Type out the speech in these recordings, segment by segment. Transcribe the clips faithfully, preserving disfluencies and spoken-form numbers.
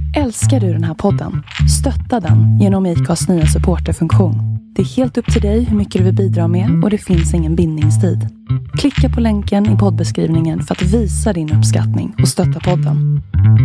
Älskar du den här podden? Stötta den genom I C A:s nya supporterfunktion. Det är helt upp till dig hur mycket du vill bidra med och det finns ingen bindningstid. Klicka på länken i poddbeskrivningen för att visa din uppskattning och stötta podden.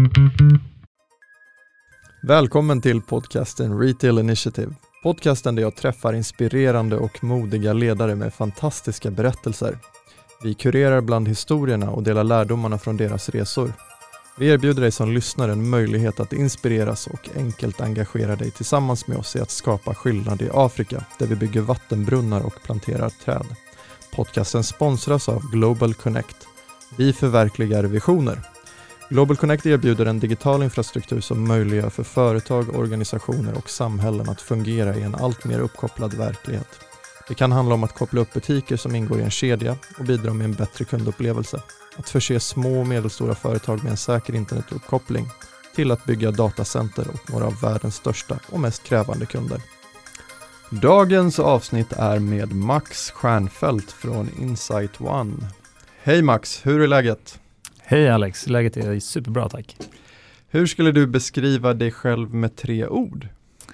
Välkommen till podcasten Retail Initiative. Podcasten där jag träffar inspirerande och modiga ledare med fantastiska berättelser. Vi kurerar bland historierna och delar lärdomarna från deras resor. Vi erbjuder dig som lyssnare en möjlighet att inspireras och enkelt engagera dig tillsammans med oss i att skapa skillnad i Afrika, där vi bygger vattenbrunnar och planterar träd. Podcasten sponsras av Global Connect. Vi förverkligar visioner. Global Connect erbjuder en digital infrastruktur som möjliggör för företag, organisationer och samhällen att fungera i en allt mer uppkopplad verklighet. Det kan handla om att koppla upp butiker som ingår i en kedja och bidra med en bättre kundupplevelse. Att förse små och medelstora företag med en säker internetuppkoppling till att bygga datacenter åt några av världens största och mest krävande kunder. Dagens avsnitt är med Max Stjernfeldt från Insight One. Hej Max, hur är läget? Hej Alex, läget är superbra tack. Hur skulle du beskriva dig själv med tre ord?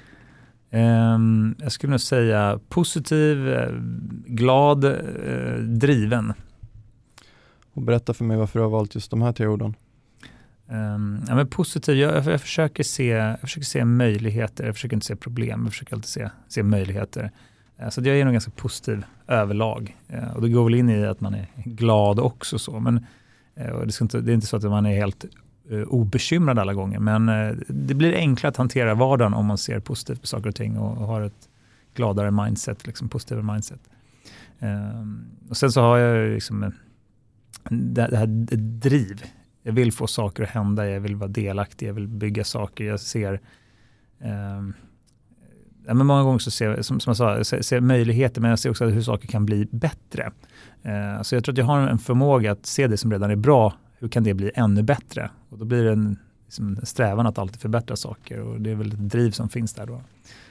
Um, jag skulle nog säga positiv, glad, uh, driven. Och berätta för mig varför du har valt just de här tre orden. Um, ja, men positiv, jag, jag, försöker se, jag försöker se möjligheter, jag försöker inte se problem, jag försöker alltid se, se möjligheter. Uh, så jag är nog ganska positiv överlag. Uh, och det går väl in i att man är glad också så, men uh, och det, ska inte, det är inte så att man är helt uh, obekymrad alla gånger, men uh, det blir enklare att hantera vardagen om man ser positivt på saker och ting och, och har ett gladare mindset, liksom positivare mindset. Uh, och sen så har jag liksom Det, det här driv. Jag vill få saker att hända. Jag vill vara delaktig. Jag vill bygga saker. Jag ser eh, ja, men många gånger så ser jag, som, som jag sa, jag ser, ser möjligheter, men jag ser också hur saker kan bli bättre. Eh, så jag tror att jag har en förmåga att se det som redan är bra. Hur kan det bli ännu bättre? Och då blir det en, liksom, en strävan att alltid förbättra saker. Och det är väl ett driv som finns där då.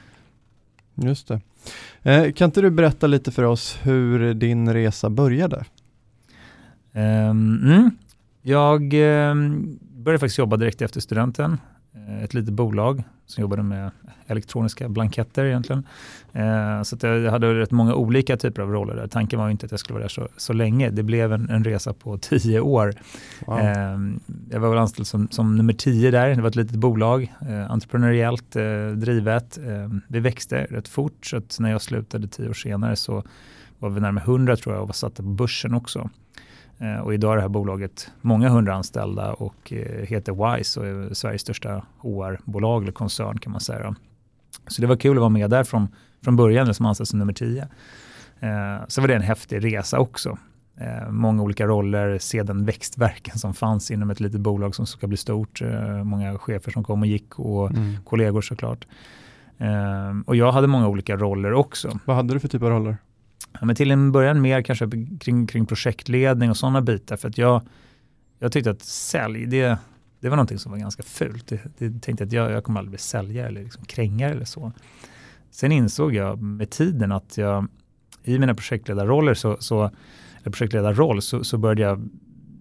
Just det. Eh, kan inte du berätta lite för oss hur din resa började? Um, mm. Jag um, började faktiskt jobba direkt efter studenten. Uh, ett litet bolag som jobbade med elektroniska blanketter egentligen. Uh, så att jag hade rätt många olika typer av roller där. Tanken var ju inte att jag skulle vara där så, så länge. Det blev en, en resa på tio år. Wow. Uh, jag var väl anställd som, som nummer tio där. Det var ett litet bolag. Uh, entreprenöriellt uh, drivet. Uh, vi växte rätt fort. Så att när jag slutade tio år senare så var vi närmare hundra tror jag och var satta på börsen också. Och idag är det här bolaget många hundra anställda och heter Wise och är Sveriges största H R-bolag eller koncern kan man säga. Så det var kul att vara med där från, från början som anställd som nummer tio. Så var det en häftig resa också. Många olika roller, se den växtverken som fanns inom ett litet bolag som ska bli stort. Många chefer som kom och gick och mm. kollegor såklart. Och jag hade många olika roller också. Vad hade du för typ av roller? Ja, men till en början mer kanske kring, kring projektledning och sådana bitar. För att jag, jag tyckte att sälj, det, det var någonting som var ganska fult. Det, det tänkte att jag, jag kommer aldrig bli säljare eller liksom krängare eller så. Sen insåg jag med tiden att jag i mina projektledarroller så, så, eller projektledarroll så, så började jag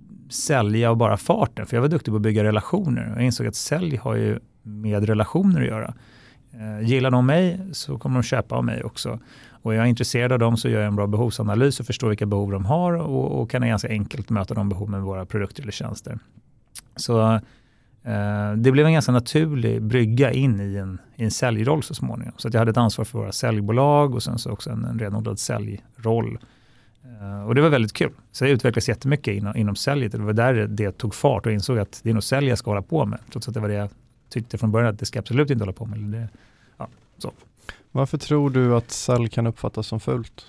sälja och bara farten. För jag var duktig på att bygga relationer. Jag insåg att sälj har ju med relationer att göra. Eh, gillar de mig så kommer de köpa av mig också. Och jag är intresserad av dem så gör jag en bra behovsanalys och förstår vilka behov de har och, och kan ganska enkelt möta de behov med våra produkter eller tjänster. Så eh, det blev en ganska naturlig brygga in i en, i en säljroll så småningom. Så att jag hade ett ansvar för våra säljbolag och sen så också en, en renodlad säljroll. Eh, och det var väldigt kul. Så jag utvecklades jättemycket inom, inom säljet. Det var där det tog fart och insåg att det är nog sälj jag ska hålla på med. Trots att det var det jag tyckte från början att det ska absolut inte hålla på med. Det, ja, så. Varför tror du att sälj kan uppfattas som fult?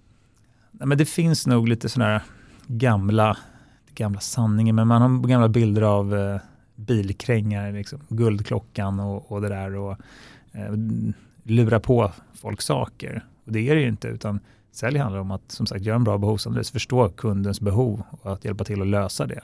Ja, men det finns nog lite sådana här gamla, gamla sanningar. Men man har gamla bilder av eh, bilkrängar, liksom, guldklockan och, och det där. Och eh, lura på folk saker. Och det är det ju inte. Utan sälj handlar om att som sagt göra en bra behovsanalys. Förstå kundens behov och att hjälpa till att lösa det.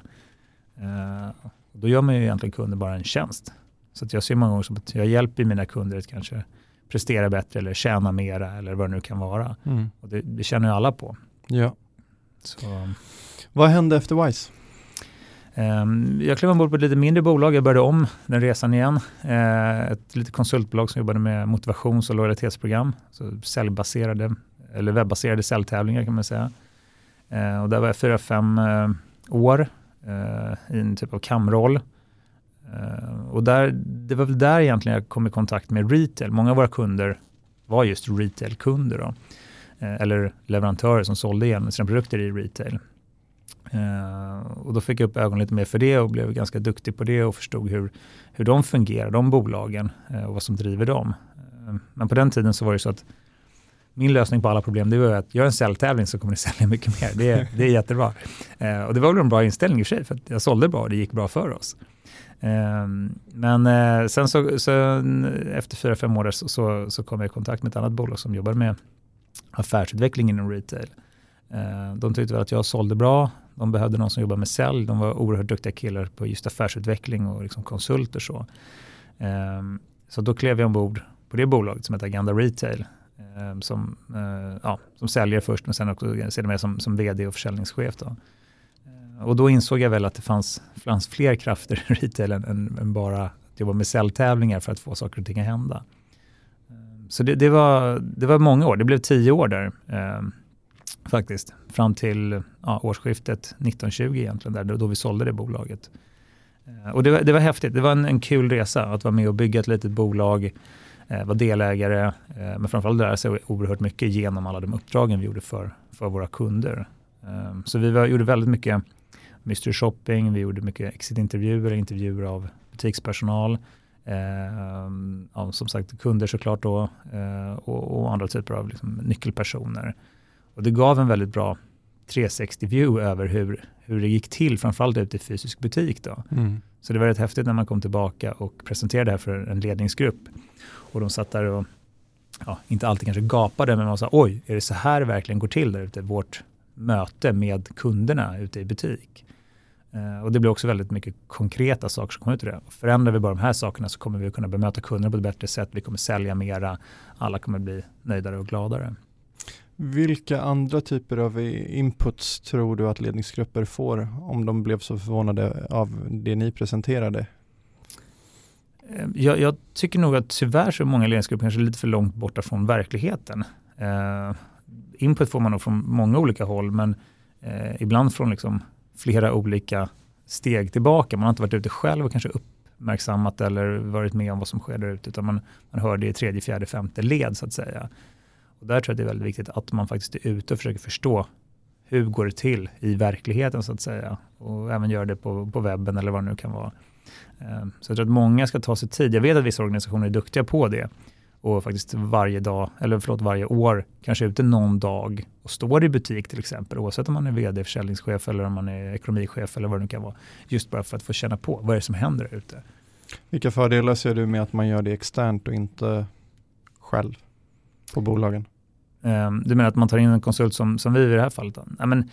Eh, och då gör man ju egentligen kunden bara en tjänst. Så att jag ser många gånger som att jag hjälper mina kunder att kanske prestera bättre eller tjäna mera eller vad det nu kan vara. Mm. Och det, det känner ju alla på. Ja. Så. Vad hände efter Wise? Jag klev ombord på ett lite mindre bolag. Jag började om den resan igen. Ett litet konsultbolag som jobbade med motivations- och lojalitetsprogram. Så säljbaserade, eller webbaserade säljtävlingar kan man säga. Och där var jag fyra, fem år i en typ av kamroll. Och där, det var väl där egentligen jag kom i kontakt med retail. Många av våra kunder var just retailkunder då. Eller leverantörer som sålde igen sina produkter i retail. Uh, och då fick jag upp ögonen lite mer för det och blev ganska duktig på det och förstod hur, hur de fungerar, de bolagen uh, och vad som driver dem. Uh, men på den tiden så var det så att min lösning på alla problem det var att göra en säljtävling så kommer det sälja mycket mer. Det är, det är jättebra. Uh, och det var väl en bra inställning i sig för att jag sålde bra och det gick bra för oss. Uh, men uh, sen så, så efter fyra, fem år så, så, så kom jag i kontakt med ett annat bolag som jobbar med affärsutveckling inom retail. Uh, de tyckte väl att jag sålde bra. De behövde någon som jobbar med sälj. De var oerhört duktiga killar på just affärsutveckling och liksom konsulter. Så. Um, så då klev jag ombord på det bolaget som heter Agenda Retail. Um, som, uh, ja, som säljer först men sen också sedermera som, som vd och försäljningschef. Då. Uh, och då insåg jag väl att det fanns, fanns fler krafter i retail än, än, än bara att jobba med säljtävlingar för att få saker och ting att hända. Um, så det, det, var, det var många år. Det blev tio år där. Um, Faktiskt, fram till ja, årsskiftet nitton tjugo egentligen, där, då vi sålde det bolaget. Eh, och det var, det var häftigt, det var en, en kul resa att vara med och bygga ett litet bolag, eh, vara delägare, eh, men framförallt lära sig oerhört mycket genom alla de uppdragen vi gjorde för, för våra kunder. Eh, så vi var, gjorde väldigt mycket mystery shopping, vi gjorde mycket exit-intervjuer, intervjuer av butikspersonal, eh, ja, som sagt kunder såklart då, eh, och, och andra typer av liksom, nyckelpersoner. Och det gav en väldigt bra trehundrasextio view över hur, hur det gick till, framförallt ute i fysisk butik då. Mm. Så det var rätt häftigt när man kom tillbaka och presenterade det här för en ledningsgrupp. Och de satt där och, ja, inte alltid kanske gapade, men man sa, oj, är det så här det verkligen går till där ute? Vårt möte med kunderna ute i butik. Uh, och det blir också väldigt mycket konkreta saker som kommer ut ur det. Förändrar vi bara de här sakerna så kommer vi kunna bemöta kunderna på ett bättre sätt. Vi kommer sälja mera. Alla kommer bli nöjdare och gladare. Vilka andra typer av inputs tror du att ledningsgrupper får om de blev så förvånade av det ni presenterade? Jag, jag tycker nog att tyvärr så är många ledningsgrupper kanske lite för långt borta från verkligheten. Eh, input får man nog från många olika håll, men eh, ibland från liksom flera olika steg tillbaka. Man har inte varit ute själv och kanske uppmärksammat eller varit med om vad som sker där ute, utan man, man hör det i tredje, fjärde, femte led så att säga. Och där tror jag det är väldigt viktigt att man faktiskt är ute och försöker förstå hur går det till i verkligheten så att säga. Och även gör det på, på webben eller vad det nu kan vara. Så jag tror att många ska ta sig tid. Jag vet att vissa organisationer är duktiga på det. Och faktiskt varje dag, eller förlåt varje år, kanske ute någon dag och står i butik till exempel. Oavsett om man är vd, försäljningschef eller om man är ekonomichef eller vad det nu kan vara. Just bara för att få känna på vad är det som händer där ute. Vilka fördelar ser du med att man gör det externt och inte själv på bolagen? Du menar att man tar in en konsult som, som vi i det här fallet? Ja, men,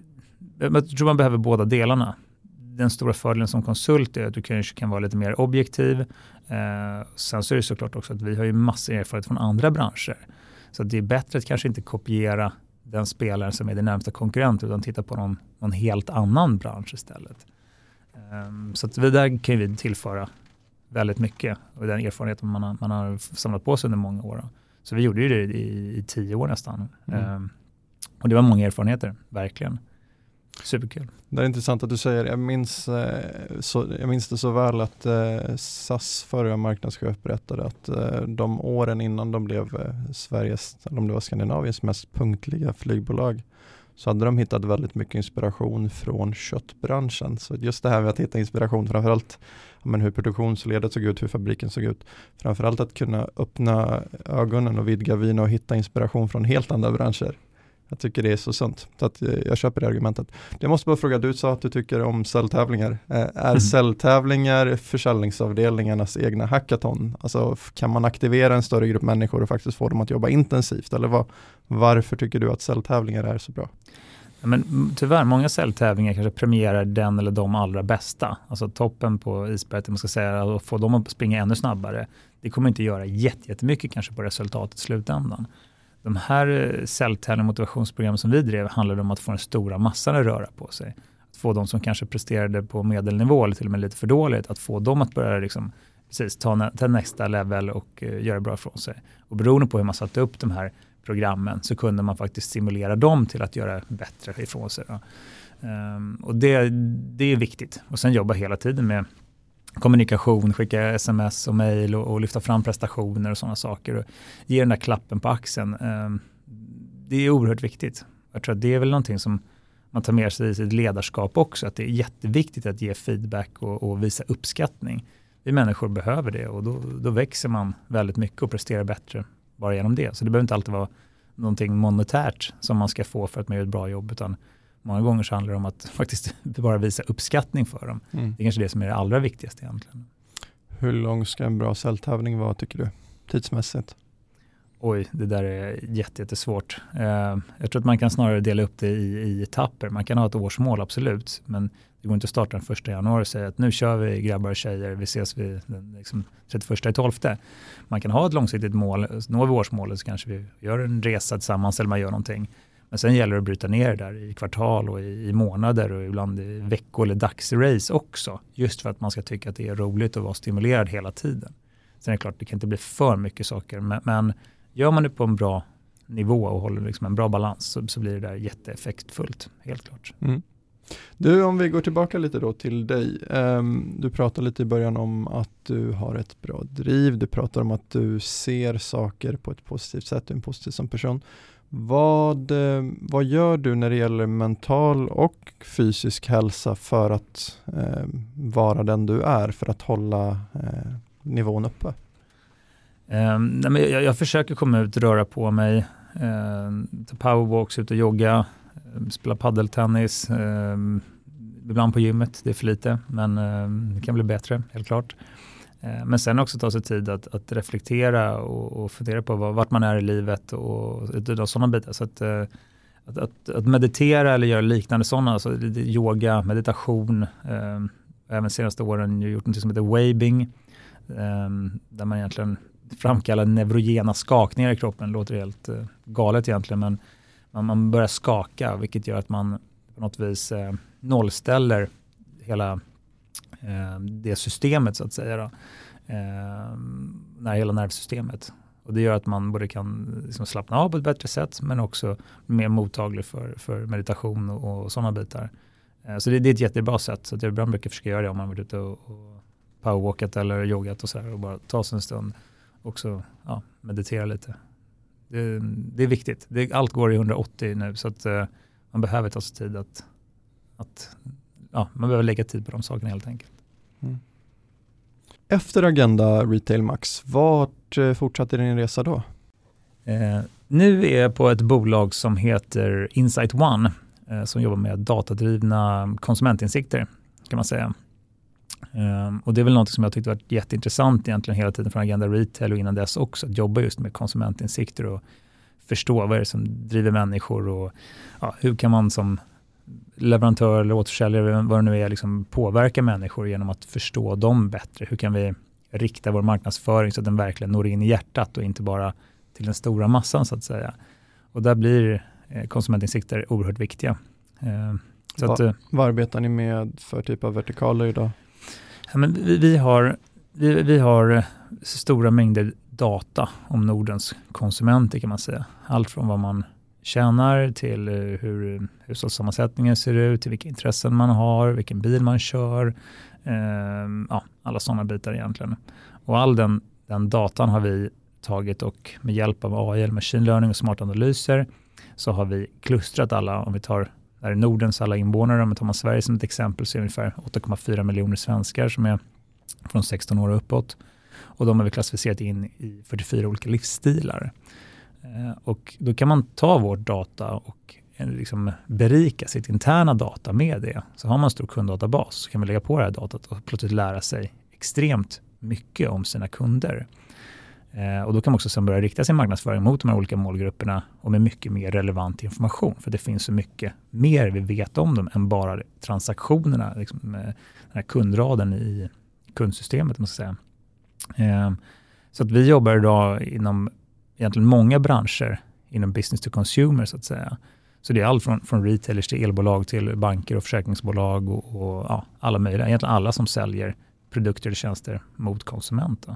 jag tror man behöver båda delarna. Den stora fördelen som konsult är att du kanske kan vara lite mer objektiv. Eh, sen så är det såklart också att vi har ju massor erfarenhet från andra branscher. Så att det är bättre att kanske inte kopiera den spelaren som är den närmsta konkurrent utan titta på någon, någon helt annan bransch istället. Eh, så att vi där kan vi tillföra väldigt mycket och den erfarenheten man har, man har samlat på sig under många år. Så vi gjorde ju det i, i tio år nästan. Mm. Um, och det var många erfarenheter, verkligen. Superkul. Det är intressant att du säger, jag minns, eh, så, jag minns det så väl att eh, S A S förra marknadschef berättade att eh, de åren innan de blev eh, Sveriges, eller om det var Skandinaviens mest punktliga flygbolag, så hade de hittat väldigt mycket inspiration från köttbranschen. Så just det här med att hitta inspiration, framförallt men hur produktionsledet såg ut, hur fabriken såg ut. Framförallt att kunna öppna ögonen och vidga vin och hitta inspiration från helt andra branscher. Jag tycker det är så sunt. Så att jag köper det argumentet. Jag måste bara fråga, du sa att du tycker om säljtävlingar. Är mm. säljtävlingar försäljningsavdelningarnas egna hackathon? Alltså kan man aktivera en större grupp människor och faktiskt få dem att jobba intensivt? Eller vad, varför tycker du att säljtävlingar är så bra? Men tyvärr, många säljtävlingar kanske premierar den eller de allra bästa. Alltså toppen på isberget, man ska säga, och få dem att springa ännu snabbare. Det kommer inte göra jättemycket kanske på resultatet i slutändan. De här säljtävlingar och motivationsprogram som vi drev handlade om att få den stora massan att röra på sig. Att få de som kanske presterade på medelnivå eller till och med lite för dåligt, att få dem att börja liksom, precis, ta, ta nästa level och uh, göra bra från sig. Och beroende på hur man satte upp de här programmen så kunde man faktiskt stimulera dem till att göra bättre ifrån sig. Um, och det, det är viktigt. Och sen jobba hela tiden med kommunikation, skicka sms och mejl och, och lyfta fram prestationer och sådana saker. Och ge den där klappen på axeln. Um, det är oerhört viktigt. Jag tror att det är väl någonting som man tar med sig i sitt ledarskap också. Att det är jätteviktigt att ge feedback och, och visa uppskattning. Vi människor behöver det och då, då växer man väldigt mycket och presterar bättre bara genom det. Så det behöver inte alltid vara någonting monetärt som man ska få för att man gör ett bra jobb, utan många gånger så handlar det om att faktiskt bara visa uppskattning för dem. Mm. Det är kanske det som är det allra viktigaste egentligen. Hur lång ska en bra säljtävling vara tycker du, tidsmässigt? Oj, det där är jätte, jättesvårt. Eh, jag tror att man kan snarare dela upp det i, i etapper. Man kan ha ett årsmål, absolut. Men det går inte att starta den första januari och säga att nu kör vi grabbar och tjejer. Vi ses vid den liksom, trettioförsta i tolfte. Man kan ha ett långsiktigt mål. Når vi årsmålet så kanske vi gör en resa tillsammans eller man gör någonting. Men sen gäller det att bryta ner det där i kvartal och i, i månader och ibland i veckor eller dagsrace också. Just för att man ska tycka att det är roligt att vara stimulerad hela tiden. Sen är det klart, det kan inte bli för mycket saker. Men, men gör man det på en bra nivå och håller liksom en bra balans så, så blir det där jätteeffektfullt, helt klart. Mm. Du, om vi går tillbaka lite då till dig. Um, du pratade lite i början om att du har ett bra driv. Du pratar om att du ser saker på ett positivt sätt, du är en positiv som person. Vad, vad gör du när det gäller mental och fysisk hälsa för att eh, vara den du är, för att hålla eh, nivån uppe? Um, nej, men jag, jag försöker komma ut, röra på mig, uh, ta powerwalks, ut och jogga, uh, spela paddeltennis, uh, ibland på gymmet, det är för lite, men uh, det kan bli bättre, helt klart. Uh, men sen också ta sig tid att, att reflektera och, och fundera på vad, vart man är i livet och, och sådana bitar. Så att, uh, att, att, att meditera eller göra liknande sådana, alltså yoga, meditation, uh, även senaste åren har jag gjort något som heter waving, uh, där man egentligen framkallar neurogena skakningar i kroppen. Det låter helt uh, galet egentligen, men man, man börjar skaka, vilket gör att man på något vis uh, nollställer hela uh, det systemet så att säga då. Uh, när hela nervsystemet. Och det gör att man både kan liksom slappna av på ett bättre sätt, men också mer mottaglig för, för meditation och, och sådana bitar. Uh, så det, det är ett jättebra sätt. Så att jag ibland brukar försöka göra det om man varit ute och, och powerwalkat eller joggat och så här, och bara ta sig en stund. Också ja, meditera lite. Det, det är viktigt. Det, allt går i hundraåttio nu, så att uh, man behöver ta sig tid att, att ja, man behöver lägga tid på de sakerna helt enkelt. Mm. Efter Agenda Retail Max, vart uh, fortsatte din resa då? Uh, nu är jag på ett bolag som heter Insight One, uh, som jobbar med datadrivna konsumentinsikter, kan man säga. Um, och det är väl något som jag tyckte var jätteintressant egentligen hela tiden från Agenda Retail och innan dess också, att jobba just med konsumentinsikter och förstå vad är det som driver människor och ja, hur kan man som leverantör eller återförsäljare, vad det nu är, liksom påverka människor genom att förstå dem bättre. Hur kan vi rikta vår marknadsföring så att den verkligen når in i hjärtat och inte bara till den stora massan så att säga. Och där blir eh, konsumentinsikter oerhört viktiga. Eh, så Va, att, eh, vad arbetar ni med för typ av vertikaler idag? Ja, men vi, vi, har, vi, vi har stora mängder data om Nordens konsumenter kan man säga. Allt från vad man tjänar till hur hushållssammansättningen ser ut, till vilka intressen man har, vilken bil man kör. Eh, ja, alla sådana bitar egentligen. Och all den, den datan har vi tagit och med hjälp av A I eller machine learning och smarta analyser så har vi klustrat alla, om vi tar där är Nordens alla invånare, om tar man Sverige som ett exempel så är det ungefär åtta komma fyra miljoner svenskar som är från sexton år och uppåt. Och de har vi klassificerat in i fyrtiofyra olika livsstilar. Eh, och då kan man ta vårt data och eh, liksom berika sitt interna data med det. Så har man en stor kunddatabas så kan vi lägga på det här datat och plötsligt lära sig extremt mycket om sina kunder. Eh, och då kan man också sen börja rikta sin marknadsföring mot de här olika målgrupperna och med mycket mer relevant information. För det finns så mycket mer vi vet om dem än bara transaktionerna, liksom med den här kundraden i kundsystemet. Måste jag säga. Eh, så att vi jobbar idag inom egentligen många branscher inom business to consumer så att säga. Så det är allt från, från retailers till elbolag till banker och försäkringsbolag och, och ja, alla möjliga. Egentligen alla som säljer produkter och tjänster mot konsumenter.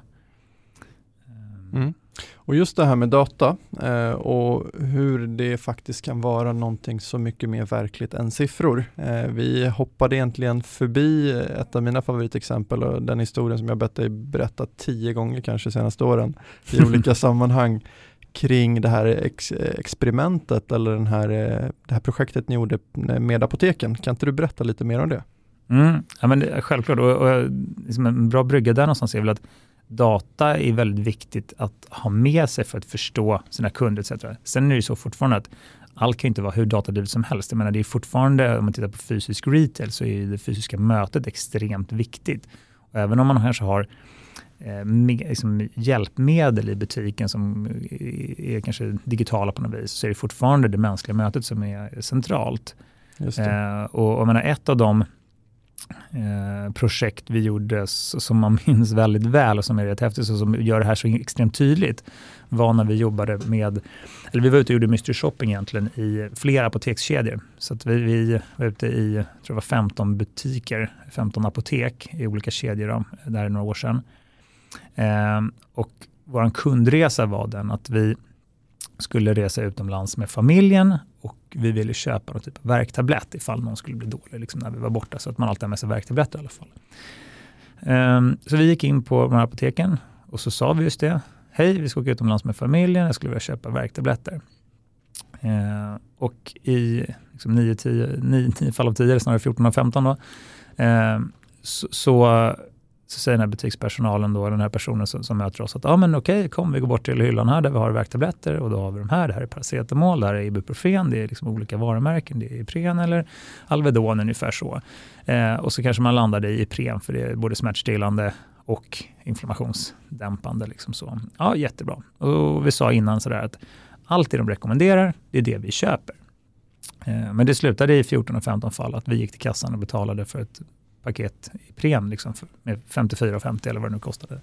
Mm. Och just det här med data eh, och hur det faktiskt kan vara någonting så mycket mer verkligt än siffror. Eh, vi hoppade egentligen förbi ett av mina favoritexempel och den historien som jag bett dig berätta tio gånger kanske senaste åren i olika sammanhang kring det här ex- experimentet eller den här, det här projektet ni gjorde med apoteken. Kan inte du berätta lite mer om det? Mm. Ja, men det, självklart. Och, och, liksom en bra brygga där någonstans är väl att data är väldigt viktigt att ha med sig för att förstå sina kunder et cetera. Sen är det ju så fortfarande att allt kan inte vara hur datadrivet som helst. Jag menar, det är fortfarande, om man tittar på fysisk retail så är det fysiska mötet extremt viktigt. Och även om man kanske har eh, med, liksom, hjälpmedel i butiken som är, är kanske digitala på något vis, så är det fortfarande det mänskliga mötet som är centralt. Just det. Eh, och jag menar, ett av de Eh, projekt vi gjorde som man minns väldigt väl och som är rätt häftigt och som gör det här så extremt tydligt var när vi jobbade med, eller vi var ute och gjorde mystery shopping egentligen i flera apotekskedjor. Så att vi, vi var ute i, jag tror det var femton butiker, femton apotek i olika kedjor då, där är några år sedan. Eh, och vår kundresa var den att vi skulle resa utomlands med familjen och vi ville köpa någon typ av värktablett ifall någon skulle bli dålig liksom när vi var borta, så att man alltid har med sig värktabletter i alla fall. Um, så vi gick in på de här apoteken och så sa vi just det. Hej, vi ska åka utomlands med familjen, jag skulle vilja köpa värktabletter. Uh, och i liksom nio, tio, nio, nio fall av tio, snarare fjorton av femton då, uh, så, så Så säger den här butikspersonalen då, den här personen som, som möter oss att ja men okej, kom vi går bort till hyllan här där vi har värktabletter och då har vi de här, det här är paracetamol, det här är ibuprofen, det är liksom olika varumärken, det är Ipren eller Alvedon ungefär så. Eh, och så kanske man landar i Ipren för det är både smärtstillande och inflammationsdämpande liksom så. Ja, jättebra. Och vi sa innan sådär att allt det de rekommenderar, det är det vi köper. Eh, men det slutade i fjorton och femton fall att vi gick till kassan och betalade för ett paket i Ipren liksom med femtiofyra femtio eller vad det nu kostade.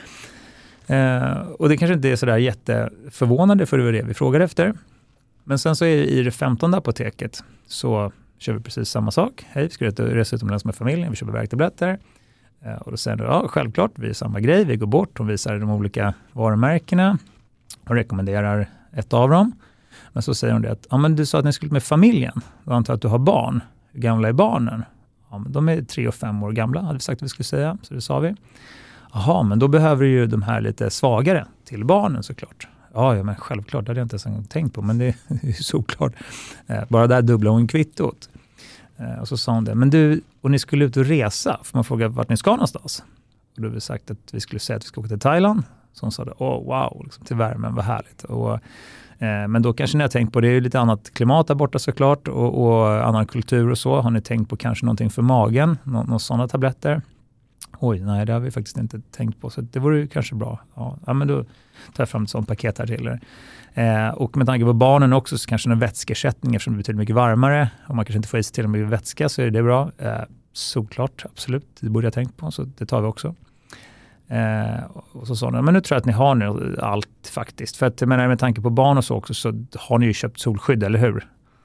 Eh, och det kanske inte är sådär jätteförvånande för det var det vi frågade efter. Men sen så är det i det femtonde apoteket så kör vi precis samma sak. Hej, vi ska resa utomlands med familjen, vi köper värktabletter. Eh, och då säger de, ja självklart, vi är samma grej, vi går bort, hon visar de olika varumärkena och rekommenderar ett av dem. Men så säger hon det att, ja men du sa att ni skulle med familjen, då antar jag att du har barn. Hur gamla är barnen? Ja, men de är tre och fem år gamla, hade vi sagt att vi skulle säga, så det sa vi. Jaha, men då behöver ju de här lite svagare till barnen såklart. Ja, ja men självklart, det hade jag inte ens tänkt på, men det är ju såklart. Eh, bara där dubblar hon kvittot. Eh, och så sa hon det, men du, och ni skulle ut och resa, för man frågar vart ni ska någonstans. Och då har vi sagt att vi skulle säga att vi ska åka till Thailand. Så hon sa det, åh wow, liksom, till värmen, vad härligt. Och men då kanske ni har tänkt på, det är ju lite annat klimat där borta såklart och, och annan kultur och så. Har ni tänkt på kanske någonting för magen? Nå, några sådana tabletter? Oj, nej det har vi faktiskt inte tänkt på. Så det vore ju kanske bra. Ja, ja men då tar jag fram ett sådant paket här till er. Eh, och med tanke på barnen också så kanske en vätskeersättning eftersom det blir betydligt mycket varmare. Om man kanske inte får i sig till med vätska så är det bra. Eh, såklart, absolut. Det borde jag tänkt på så det tar vi också. Eh, och så sa de, men nu tror jag att ni har nu allt faktiskt. För att menar, med tanke på barn och så också så har ni ju köpt solskydd, eller hur?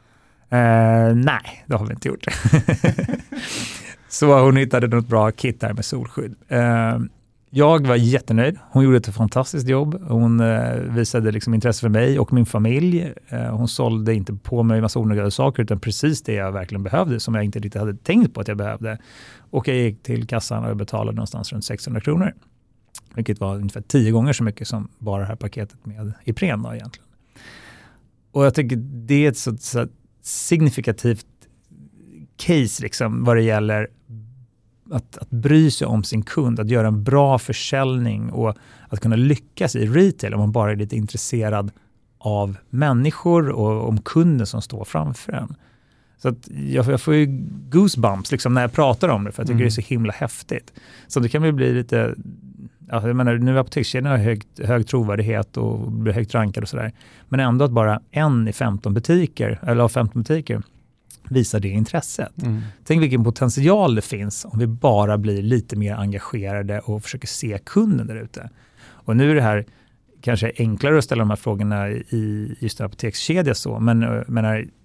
Eh, nej, det har vi inte gjort. Så hon hittade något bra kit där med solskydd. Eh, jag var jättenöjd. Hon gjorde ett fantastiskt jobb. Hon eh, visade liksom intresse för mig och min familj. Eh, hon sålde inte på mig en massa onödiga saker utan precis det jag verkligen behövde som jag inte riktigt hade tänkt på att jag behövde. Och jag gick till kassan och betalade någonstans runt sexhundra kronor. Vilket var ungefär tio gånger så mycket som bara det här paketet med Ipren då egentligen. Och jag tycker det är ett så, så signifikativt case liksom vad det gäller att, att bry sig om sin kund, att göra en bra försäljning och att kunna lyckas i retail om man bara är lite intresserad av människor och om kunden som står framför en. Så att jag, jag får ju goosebumps liksom när jag pratar om det för jag tycker mm. det är så himla häftigt. Så det kan väl bli lite, ja, jag menar nu apotekskedjan har hög, hög trovärdighet och blir högt rankad och sådär. Men ändå att bara en i femton butiker, eller av femton butiker visar det intresset. Mm. Tänk vilken potential det finns om vi bara blir lite mer engagerade och försöker se kunden där ute. Och nu är det här kanske enklare att ställa de här frågorna i just en apotekskedja så, men menar,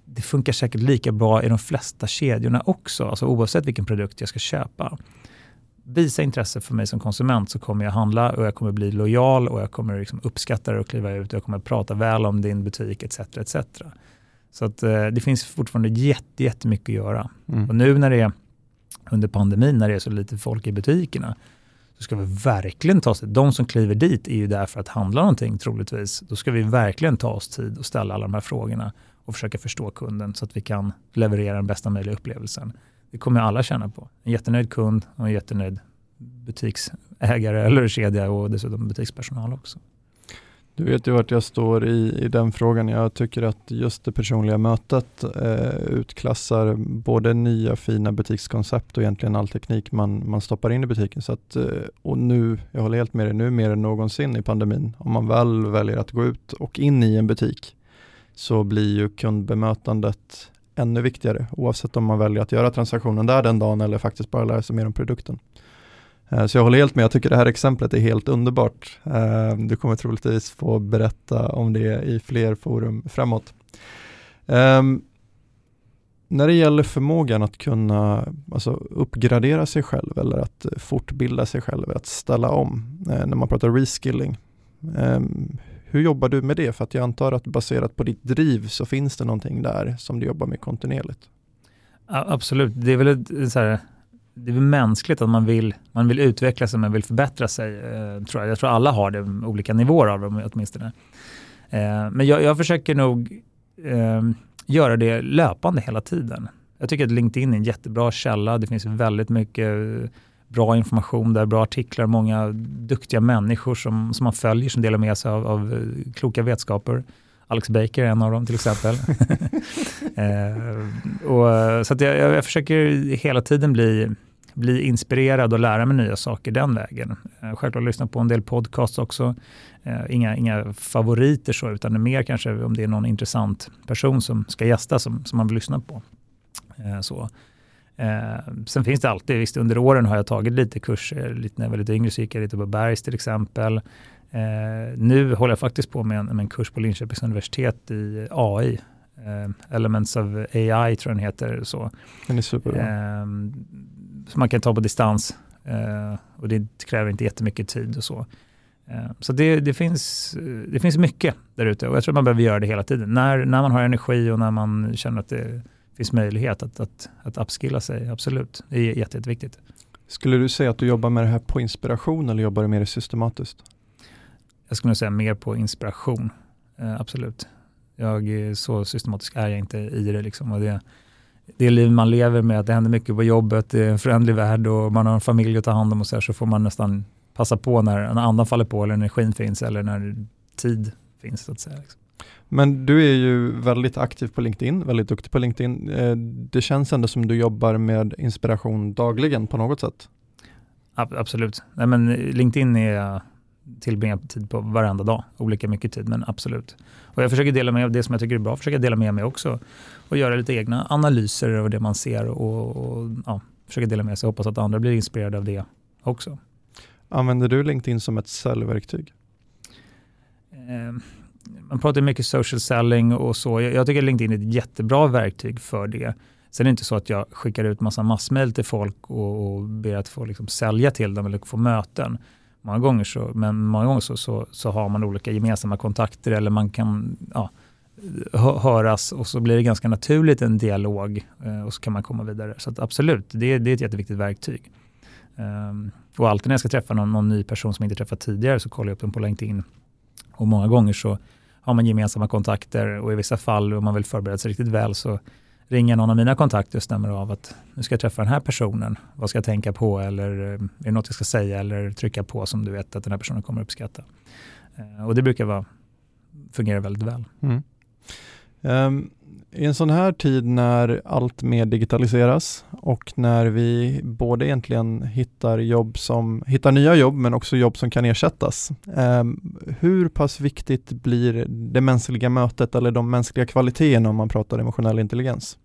det funkar säkert lika bra i de flesta kedjorna också. Alltså oavsett vilken produkt jag ska köpa. Visa intresse för mig som konsument så kommer jag handla och jag kommer bli lojal och jag kommer liksom uppskatta det och kliva ut och jag kommer prata väl om din butik et cetera et cetera. Så att eh, det finns fortfarande jätte, jättemycket att göra. Mm. Och nu när det är under pandemin när det är så lite folk i butikerna så ska vi verkligen ta oss tid. De som kliver dit är ju där för att handla någonting troligtvis. Då ska vi verkligen ta oss tid och ställa alla de här frågorna och försöka förstå kunden så att vi kan leverera den bästa möjliga upplevelsen. Det kommer alla känna på. En jättenöjd kund och en jättenöjd butiksägare eller kedja och dessutom butikspersonal också. Du vet ju vart jag står i, i den frågan. Jag tycker att just det personliga mötet eh, utklassar både nya fina butikskoncept och egentligen all teknik man, man stoppar in i butiken. Så att, eh, och nu, jag håller helt med dig, nu mer än någonsin i pandemin. Om man väl väljer att gå ut och in i en butik så blir ju kundbemötandet ännu viktigare. Oavsett om man väljer att göra transaktionen där den dagen eller faktiskt bara lära sig mer om produkten. Så jag håller helt med. Jag tycker det här exemplet är helt underbart. Du kommer troligtvis få berätta om det i fler forum framåt. Um, när det gäller förmågan att kunna alltså, uppgradera sig själv eller att fortbilda sig själv, att ställa om eh, när man pratar reskilling. Um, hur jobbar du med det? För att jag antar att baserat på ditt driv så finns det någonting där som du jobbar med kontinuerligt. Ja, absolut. Det är väl ett, så här, det är väl mänskligt att man vill, man vill utveckla sig, man vill förbättra sig. Eh, tror jag. jag tror alla har det, olika nivåer av dem åtminstone. Eh, men jag, jag försöker nog eh, göra det löpande hela tiden. Jag tycker att LinkedIn är en jättebra källa. Det finns väldigt mycket bra information där, bra artiklar, många duktiga människor som, som man följer som delar med sig av, av kloka vetskaper. Alex Baker är en av dem till exempel. eh, och, så att jag, jag försöker hela tiden bli, bli inspirerad och lära mig nya saker den vägen. Eh, självklart lyssna på en del podcasts också. Eh, inga, inga favoriter så, utan det är mer kanske om det är någon intressant person som ska gästa som, som man vill lyssna på. Eh, så. Eh, sen finns det alltid, visst under åren har jag tagit lite kurser, lite när jag var lite yngre så gick jag lite på Bergs till exempel. Eh, nu håller jag faktiskt på med en, med en kurs på Linköpings universitet i A I, eh, Elements of A I tror jag den heter. Så. Den är superbra. Eh, som man kan ta på distans eh, och det kräver inte jättemycket tid och så. Eh, så det, det, finns, det finns mycket där ute och jag tror att man behöver göra det hela tiden. När, när man har energi och när man känner att det finns möjlighet att, att, att upskilla sig, absolut. Det är jätte, jätteviktigt. Skulle du säga att du jobbar med det här på inspiration eller jobbar du mer systematiskt? Jag skulle nog säga mer på inspiration, eh, absolut. Jag är så systematisk är jag inte i det. Liksom. Och det, det liv man lever med, att det händer mycket på jobbet, det är en förändlig värld och man har en familj att ta hand om och så här, så får man nästan passa på när, när andan faller på eller energin finns eller när tid finns så att säga. Liksom. Men du är ju väldigt aktiv på LinkedIn, väldigt duktig på LinkedIn. Det känns ändå som du jobbar med inspiration dagligen på något sätt. Absolut. Nej, men LinkedIn är tillbringar tid på varenda dag. Olika mycket tid, men absolut. Och jag försöker dela med av det som jag tycker är bra. Försöker dela med mig också. Och göra lite egna analyser av det man ser. Och, och ja, försöka dela med sig. Hoppas att andra blir inspirerade av det också. Använder du LinkedIn som ett säljverktyg? Eh, man pratar mycket social selling och så. Jag, jag tycker att LinkedIn är ett jättebra verktyg för det. Sen är det inte så att jag skickar ut massa massmail till folk och, och ber att få liksom sälja till dem eller få möten. Många gånger så, men många gånger så, så, så har man olika gemensamma kontakter eller man kan ja, hö- höras och så blir det ganska naturligt en dialog eh, och så kan man komma vidare. Så att absolut, det, det är ett jätteviktigt verktyg. Um, och alltid när jag ska träffa någon, någon ny person som jag inte träffat tidigare så kollar jag upp den på LinkedIn. Och många gånger så har man gemensamma kontakter och i vissa fall om man vill förbereda sig riktigt väl så ringer någon av mina kontakter och stämmer av att nu ska jag träffa den här personen. Vad ska jag tänka på eller är det något jag ska säga eller trycka på som du vet att den här personen kommer uppskatta. Uh, och det brukar vara, fungera väldigt väl. Mm. Um, I en sån här tid när allt mer digitaliseras och när vi både egentligen hittar jobb som hittar nya jobb men också jobb som kan ersättas. Um, hur pass viktigt blir det mänskliga mötet eller de mänskliga kvaliteterna om man pratar emotionell intelligens?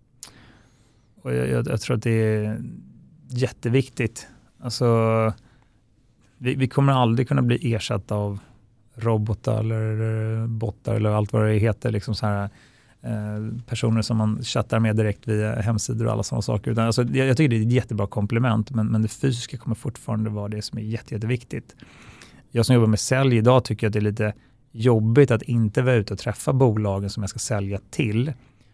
Och jag, jag, jag tror att det är jätteviktigt. Alltså, vi, vi kommer aldrig kunna bli ersatta av robotar eller bottar eller allt vad det heter. Liksom så här. eh, personer som man chattar med direkt via hemsidor och alla sådana saker. Utan, alltså, jag, jag tycker det är ett jättebra komplement, men, men det fysiska kommer fortfarande vara det som är jätte, jätteviktigt. Jag som jobbar med sälj idag tycker att det är lite jobbigt att inte vara ute och träffa bolagen som jag ska sälja till.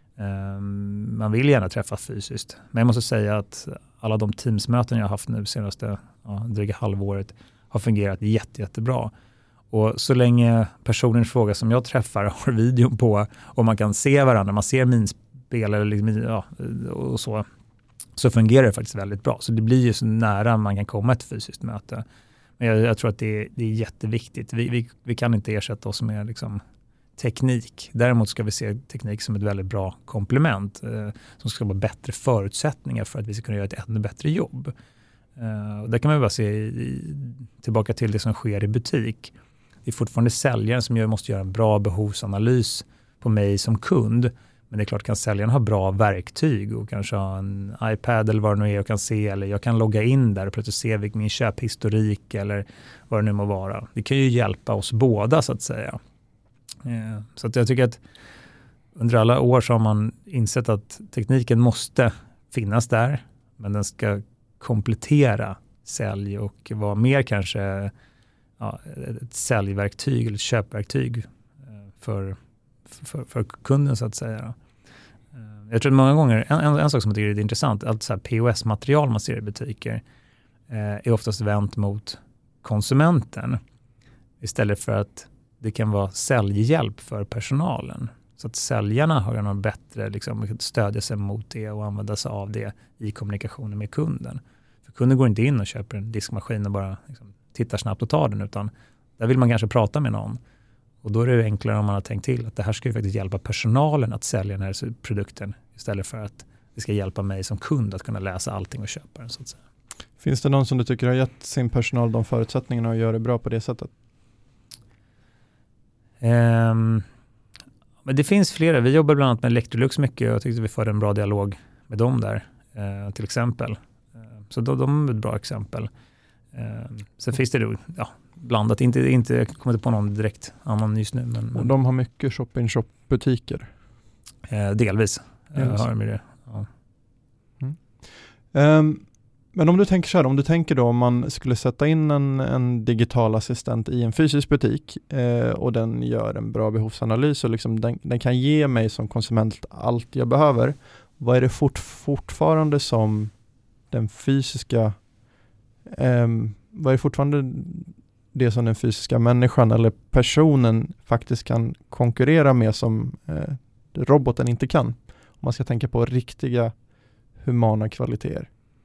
Um, man vill gärna träffa fysiskt. Men jag måste säga att alla de teamsmöten jag har haft nu senaste ja, dryga halvåret har fungerat jätte, jättebra. Och så länge personens fråga som jag träffar har videon på och man kan se varandra, man ser minspel eller liksom, ja, och så, så fungerar det faktiskt väldigt bra. Så det blir ju så nära man kan komma ett fysiskt möte. Men jag, jag tror att det är, det är jätteviktigt. Vi, vi, vi kan inte ersätta oss med liksom, teknik. Däremot ska vi se teknik som ett väldigt bra komplement eh, som ska vara bättre förutsättningar för att vi ska kunna göra ett ännu bättre jobb. Eh, och där kan man bara se i, tillbaka till det som sker i butik. Det är fortfarande säljaren som gör, måste göra en bra behovsanalys på mig som kund. Men det är klart, kan säljaren ha bra verktyg och kanske ha en iPad eller vad det nu är och kan se, eller jag kan logga in där och plötsligt se min köphistorik eller vad det nu må vara. Det kan ju hjälpa oss båda så att säga. Eh, så att jag tycker att under alla år så har man insett att tekniken måste finnas där, men den ska komplettera sälj och vara mer kanske ja, ett säljverktyg eller ett köpverktyg för, för, för kunden så att säga. Jag tror att många gånger, en, en, en sak som jag tycker är intressant, allt så här P O S-material man ser i butiker eh, är oftast vänt mot konsumenten istället för att det kan vara säljhjälp för personalen. Så att säljarna har något bättre liksom, stödja sig mot det och använda sig av det i kommunikationen med kunden. För kunden går inte in och köper en diskmaskin och bara liksom, tittar snabbt och tar den, utan där vill man kanske prata med någon. Och då är det enklare om man har tänkt till att det här ska ju faktiskt hjälpa personalen att sälja den här produkten istället för att det ska hjälpa mig som kund att kunna läsa allting och köpa den så att säga. Finns det någon som du tycker har gett sin personal de förutsättningarna att göra det bra på det sättet? Um, men det finns flera. Vi jobbar bland annat med Electrolux mycket och jag tyckte vi förde en bra dialog med dem där uh, till exempel. Uh, så de, de är ett bra exempel. Uh, sen finns det då, ja, blandat. Inte, inte kommer inte på någon direkt annan just nu. Men, och de har mycket shop-in-shop-butiker? Uh, delvis. delvis. Uh, har de det. Ja. Mm. Um, men om du tänker så här, om du tänker då om man skulle sätta in en, en digital assistent i en fysisk butik eh, och den gör en bra behovsanalys och liksom den, den kan ge mig som konsument allt jag behöver. Vad är det fort, fortfarande som den fysiska eh, vad är det fortfarande det som den fysiska människan eller personen faktiskt kan konkurrera med som eh, roboten inte kan? Om man ska tänka på riktiga humana kvaliteter.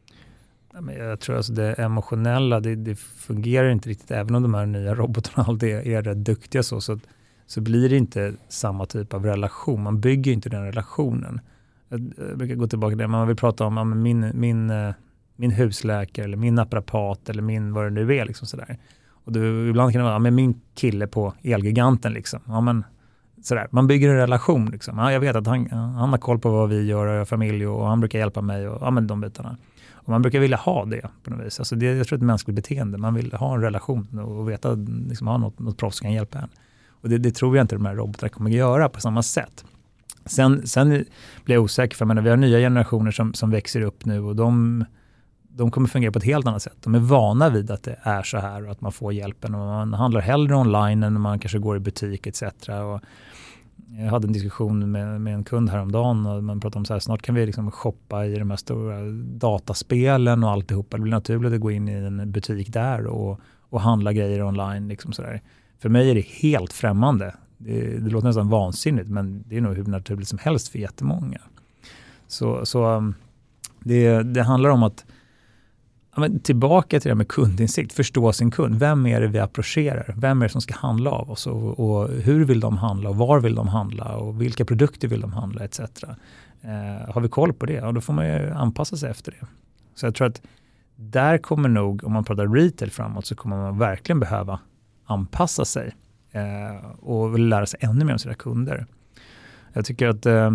Jag tror alltså det emotionella, det, det fungerar inte riktigt. Även om de här nya robotarna alltid är, är rätt duktiga så, så, så blir det inte samma typ av relation. Man bygger inte den relationen. Jag, jag brukar gå tillbaka till det. Man vill prata om ja, min, min, min husläkare eller min apparat eller min vad det nu är. Liksom sådär. Och det, ibland kan det vara ja, men min kille på Elgiganten. Liksom. Ja, men, sådär. Man bygger en relation. Liksom. Ja, jag vet att han, han har koll på vad vi gör och jag har familj och han brukar hjälpa mig. Och, ja, men de bitarna. Och man brukar vilja ha det på något vis. Alltså det, jag tror det är ett mänskligt beteende. Man vill ha en relation och veta liksom, ha något, något proffs som kan hjälpa en. Och det, det tror jag inte de här robotarna kommer att göra på samma sätt. Sen, sen blir jag osäker för jag menar, vi har nya generationer som, som växer upp nu och de, de kommer fungera på ett helt annat sätt. De är vana vid att det är så här och att man får hjälpen. Och man handlar hellre online än man kanske går i butik et cetera. Och jag hade en diskussion med, med en kund häromdagen och man pratade om så här, snart kan vi liksom shoppa i de här stora dataspelen och alltihopa. Det blir naturligt att gå in i en butik där och, och handla grejer online. Liksom så där. För mig är det helt främmande. Det, det låter nästan vansinnigt men det är nog hur naturligt som helst för jättemånga. Så, så det, det handlar om att ja, men tillbaka till det med kundinsikt, förstå sin kund. Vem är det vi approcherar? Vem är det som ska handla av oss? Och, och hur vill de handla? Och var vill de handla? Och vilka produkter vill de handla? et cetera. Eh, har vi koll på det? Ja, då får man ju anpassa sig efter det. Så jag tror att där kommer nog, om man pratar retail framåt, så kommer man verkligen behöva anpassa sig eh, och lära sig ännu mer om sina kunder. Jag tycker att eh,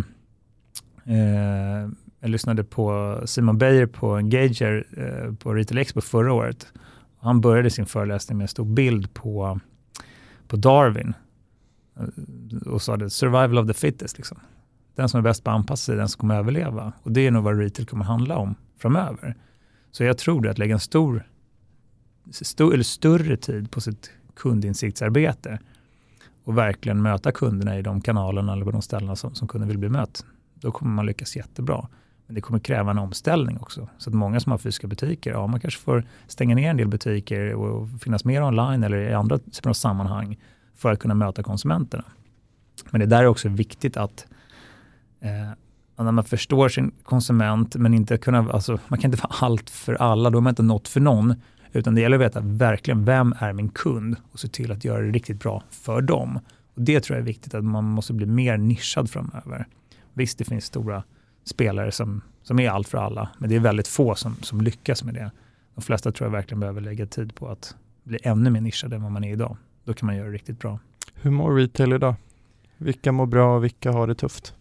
eh, jag lyssnade på Simon Beijer på Engager eh, på Retail Expo förra året. Han började sin föreläsning med en stor bild på, på Darwin och sa det survival of the fittest. Liksom. Den som är bäst på att anpassa sig är den som kommer överleva. Och det är nog vad retail kommer handla om framöver. Så jag tror det att lägga en stor, stor eller större tid på sitt kundinsiktsarbete och verkligen möta kunderna i de kanalerna eller på de ställena som, som kunden vill bli mött. Då kommer man lyckas jättebra. Men det kommer kräva en omställning också. Så att många som har fysiska butiker, ja man kanske får stänga ner en del butiker och finnas mer online eller i andra sammanhang för att kunna möta konsumenterna. Men det där är också viktigt att eh, när man förstår sin konsument men inte kunna, alltså man kan inte vara allt för alla, då har man inte något för någon. Utan det gäller att veta verkligen vem är min kund och se till att göra det riktigt bra för dem. Och det tror jag är viktigt, att man måste bli mer nischad framöver. Visst, det finns stora spelare som, som är allt för alla, men det är väldigt få som, som lyckas med det. De flesta tror jag verkligen behöver lägga tid på att bli ännu mer nischad än vad man är idag. Då kan man göra det riktigt bra. Hur mår retail idag? Vilka mår bra och vilka har det tufft?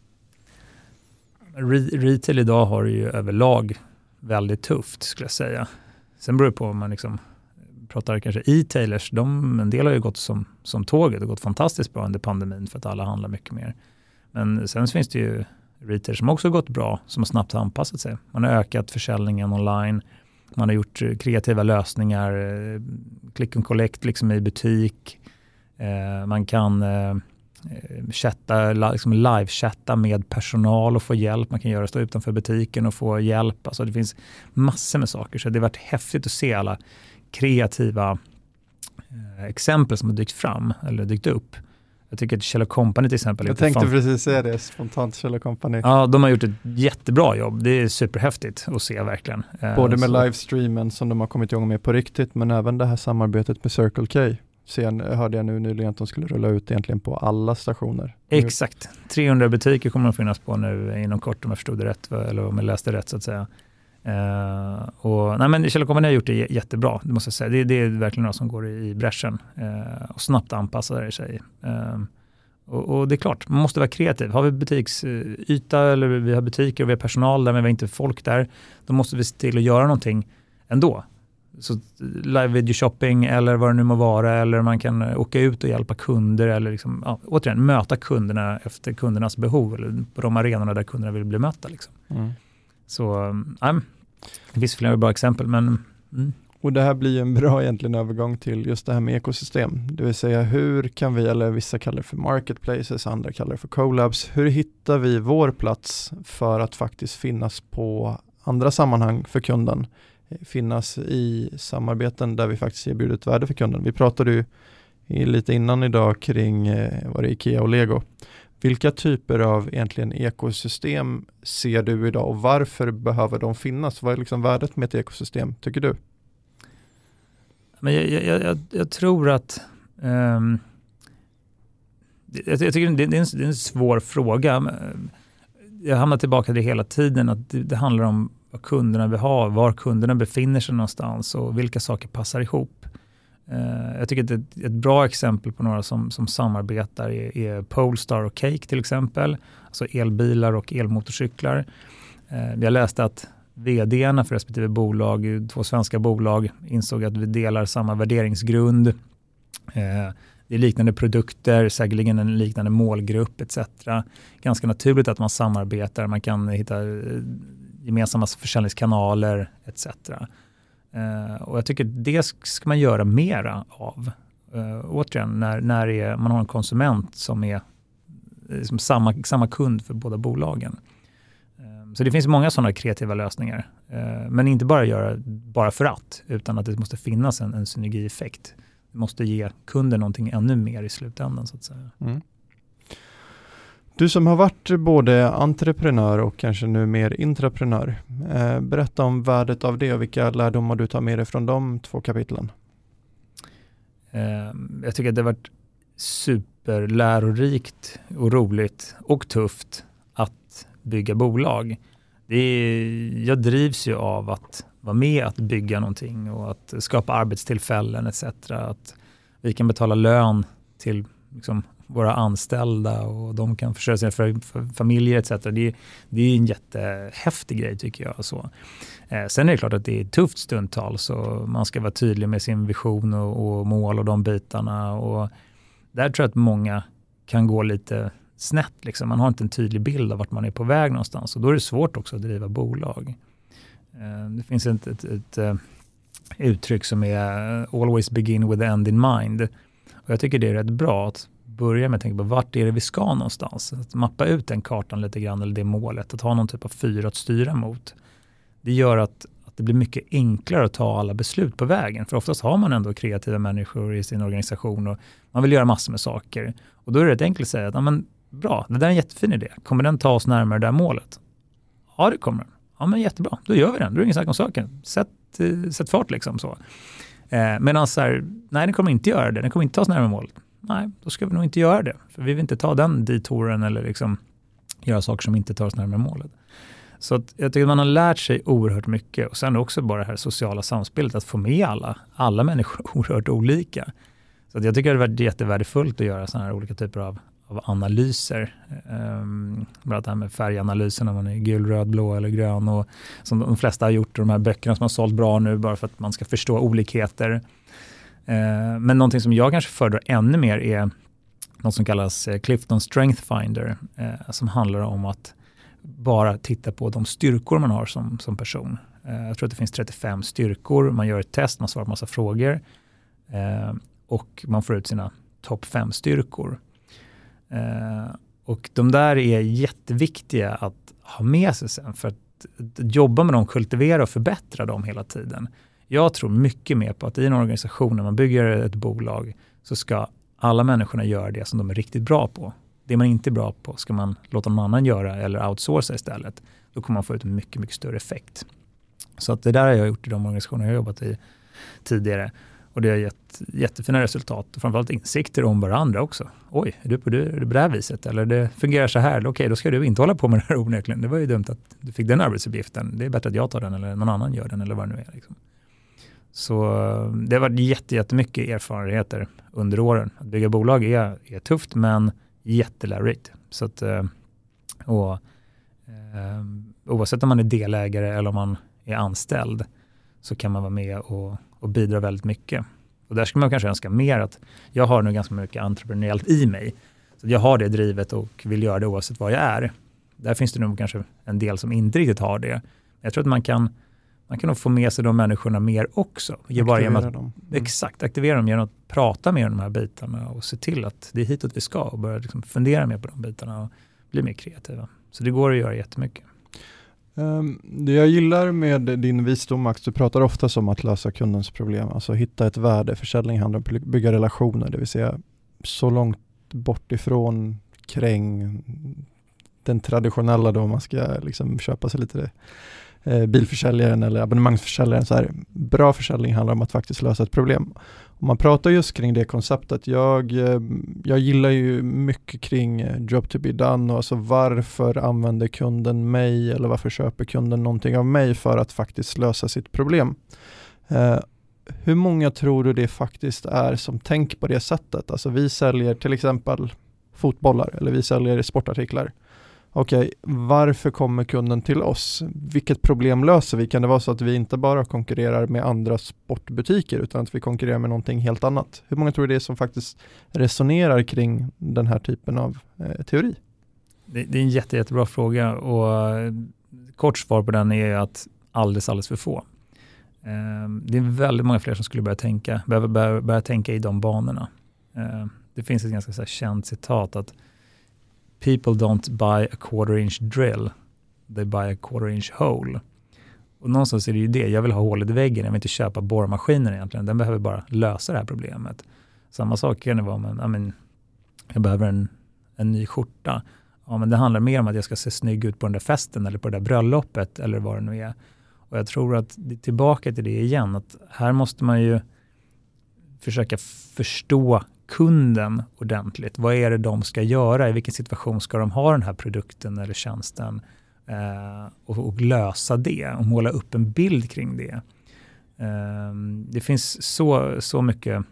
Re- retail idag har ju överlag väldigt tufft skulle jag säga. Sen beror det på om man liksom pratar kanske e-tailers. De, en del har ju gått som, som tåget och gått fantastiskt bra under pandemin för att alla handlar mycket mer. Men sen finns det ju retailers som också har gått bra, som har snabbt anpassat sig. Man har ökat försäljningen online. Man har gjort kreativa lösningar. Click and collect liksom i butik. Eh, man kan eh, chatta, liksom live-chatta med personal och få hjälp. Man kan göra stå utanför butiken och få hjälp. Alltså det finns massor med saker. Så det har varit häftigt att se alla kreativa eh, exempel som har dykt fram eller dykt upp. Jag tycker att Kjell och Company till exempel. Jag tänkte fan... precis säga det, spontant Kjell och Company. Ja, de har gjort ett jättebra jobb. Det är superhäftigt att se verkligen. Både med så... livestreamen som de har kommit igång med på riktigt, men även det här samarbetet med Circle K. Sen hörde jag nu nyligen att de skulle rulla ut egentligen på alla stationer. Exakt. trehundra butiker kommer att finnas på nu inom kort om jag förstod det rätt, eller om jag läste rätt så att säga. Uh, och, nej men Kjell och Company har gjort det jättebra, det måste jag säga. Det, det är verkligen något som går i, i bräschen uh, och snabbt anpassar sig. Uh, och, och det är klart, man måste vara kreativ. Har vi butiksyta eller vi har butiker och vi har personal där men vi har inte folk där, då måste vi se till att göra någonting ändå. Så live video shopping eller vad det nu må vara, eller man kan åka ut och hjälpa kunder eller liksom, ja, återigen möta kunderna efter kundernas behov eller på de arenorna där kunderna vill bli mötta liksom. Mm. Så nej, det finns flera bra exempel men mm. Och det här blir en bra egentligen övergång till just det här med ekosystem. Det vill säga hur kan vi, eller vissa kallar det för marketplaces, andra kallar det för collabs. Hur hittar vi vår plats för att faktiskt finnas på andra sammanhang för kunden? Finnas i samarbeten där vi faktiskt erbjuder ett värde för kunden. Vi pratade ju lite innan idag kring vad det är, Ikea och Lego. Vilka typer av egentligen ekosystem ser du idag och varför behöver de finnas? Vad är liksom värdet med ett ekosystem, tycker du? Men jag, jag, jag, jag tror att um, jag, jag tycker det är, en, det är en svår fråga. Jag hamnar tillbaka till det hela tiden att det, det handlar om vad kunderna vill ha, var kunderna befinner sig någonstans och vilka saker passar ihop. Uh, jag tycker att ett, ett bra exempel på några som, som samarbetar är, är Polestar och Cake till exempel. Alltså elbilar och elmotorcyklar. Uh, vi har läst att vdarna för respektive bolag, två svenska bolag, insåg att vi delar samma värderingsgrund. Uh, det är liknande produkter, säkerligen en liknande målgrupp et cetera. Ganska naturligt att man samarbetar, man kan hitta gemensamma försäljningskanaler et cetera. Uh, och jag tycker det ska man göra mera av. Uh, återigen, när, när är, man har en konsument som är liksom samma, samma kund för båda bolagen. Uh, så det finns många sådana kreativa lösningar. Uh, men inte bara göra bara för att, utan att det måste finnas en, en synergieffekt. Det måste ge kunden någonting ännu mer i slutändan så att säga. Mm. Du som har varit både entreprenör och kanske nu mer intraprenör, eh, berätta om värdet av det och vilka lärdomar du tar med dig från de två kapitlen. Eh, jag tycker att det har varit superlärorikt och roligt och tufft att bygga bolag. Det är, jag drivs ju av att vara med att bygga någonting och att skapa arbetstillfällen et cetera. Att vi kan betala lön till liksom, våra anställda och de kan försörja sig för, för familjer et cetera. Det, det är en jättehäftig grej tycker jag. Så. Eh, sen är det klart att det är ett tufft stundtal så man ska vara tydlig med sin vision och, och mål och de bitarna. Och där tror jag att många kan gå lite snett. Liksom. Man har inte en tydlig bild av vart man är på väg någonstans. Och då är det svårt också att driva bolag. Eh, det finns ett, ett, ett, ett uttryck som är always begin with the end in mind. Och jag tycker det är rätt bra att börja med att tänka på vart är det vi ska någonstans. Att mappa ut den kartan lite grann eller det målet. Att ha någon typ av fyra att styra mot. Det gör att, att det blir mycket enklare att ta alla beslut på vägen. För oftast har man ändå kreativa människor i sin organisation och man vill göra massor med saker. Och då är det rätt enkelt att säga att ja, men, bra, det där är en jättefin idé. Kommer den ta oss närmare det där målet? Ja, det kommer den. Ja, men jättebra. Då gör vi den. Då är det ingen snack om saken. Sätt, sätt fart liksom så. Eh, medan så här, nej, den kommer inte göra det. Den kommer inte ta oss närmare målet. Nej, då ska vi nog inte göra det. För vi vill inte ta den detouren eller liksom göra saker som inte tar oss närmare målet. Så att jag tycker att man har lärt sig oerhört mycket. Och sen också bara det här sociala samspelet. Att få med alla. Alla människor är oerhört olika. Så att jag tycker att det har varit jättevärdefullt att göra sådana här olika typer av, av analyser. Um, bara det här med färganalysen. När man är gul, röd, blå eller grön. Och som de flesta har gjort. Och de här böckerna som har sålt bra nu. Bara för att man ska förstå olikheter. Uh, men någonting som jag kanske föredrar ännu mer är något som kallas Clifton Strength Finder. Uh, som handlar om att bara titta på de styrkor man har som, som person. Eh, jag tror att det finns trettiofem styrkor. Man gör ett test, man svarar på massa frågor. Eh, och man får ut sina topp fem styrkor. Eh, och de där är jätteviktiga att ha med sig sen. För att, att jobba med dem, kultivera och förbättra dem hela tiden. Jag tror mycket mer på att i en organisation, när man bygger ett bolag, så ska alla människorna göra det som de är riktigt bra på. Det man inte är bra på ska man låta någon annan göra eller outsourca istället. Då kommer man få ut en mycket, mycket större effekt. Så att det där har jag gjort i de organisationer jag har jobbat i tidigare. Och det har gett jättefina resultat. Och framförallt insikter om varandra också. Oj, är du på det, är du på det här viset? Eller det fungerar så här? Okej, då ska du inte hålla på med det här onekligen. Det var ju dumt att du fick den arbetsuppgiften. Det är bättre att jag tar den eller någon annan gör den eller vad det nu är. Liksom. Så det har varit jätte, jättemycket erfarenheter under åren. Att bygga bolag är, är tufft, men jättelärorikt. Så att, och, eh, oavsett om man är delägare eller om man är anställd, så kan man vara med och, och bidra väldigt mycket. Och där ska man kanske önska mer att jag har nu ganska mycket entreprenöriellt i mig. Så jag har det drivet och vill göra det oavsett vad jag är. Där finns det nog kanske en del som inte riktigt har det. Jag tror att man kan Man kan nog få med sig de människorna mer också. Aktivera bara att, dem. Mm. Exakt, aktivera dem genom att prata med de här bitarna och se till att det är hitåt vi ska och börja liksom fundera mer på de bitarna och bli mer kreativa. Så det går att göra jättemycket. Um, det jag gillar med din visdom, Max, du pratar ofta om att lösa kundens problem. Alltså hitta ett värde. Försäljning handlar om att bygga relationer, det vill säga så långt bort ifrån kräng den traditionella då man ska liksom köpa sig lite eh, bilförsäljaren eller abonnemangsförsäljaren. Så här, bra försäljning handlar om att faktiskt lösa ett problem. Och man pratar just kring det konceptet. Jag, eh, jag gillar ju mycket kring job to be done och alltså varför använder kunden mig eller varför köper kunden någonting av mig för att faktiskt lösa sitt problem. Eh, hur många tror du det faktiskt är som tänker på det sättet? Alltså vi säljer till exempel fotbollar eller vi säljer sportartiklar. Okej, varför kommer kunden till oss? Vilket problem löser vi? Kan det vara så att vi inte bara konkurrerar med andra sportbutiker utan att vi konkurrerar med någonting helt annat? Hur många tror du det är som faktiskt resonerar kring den här typen av eh, teori? Det, det är en jätte, jättebra fråga och kort svar på den är att alldeles, alldeles för få. Eh, det är väldigt många fler som skulle börja tänka, börja, börja, börja tänka i de banorna. Eh, det finns ett ganska så här känt citat att people don't buy a quarter inch drill, they buy a quarter inch hole. Och någonstans är det ju det, jag vill ha hålet i väggen, jag vill inte köpa borrmaskinen egentligen, den behöver bara lösa det här problemet. Samma sak kan det vara, men, I mean, jag behöver en, en ny skjorta. Ja, men det handlar mer om att jag ska se snygg ut på den där festen eller på det där bröllopet eller vad det nu är. Och jag tror att det är tillbaka till det igen, att här måste man ju försöka förstå kunden ordentligt. Vad är det de ska göra? I vilken situation ska de ha den här produkten eller tjänsten? Eh, och, och lösa det. Och måla upp en bild kring det. Eh, det finns så, så mycket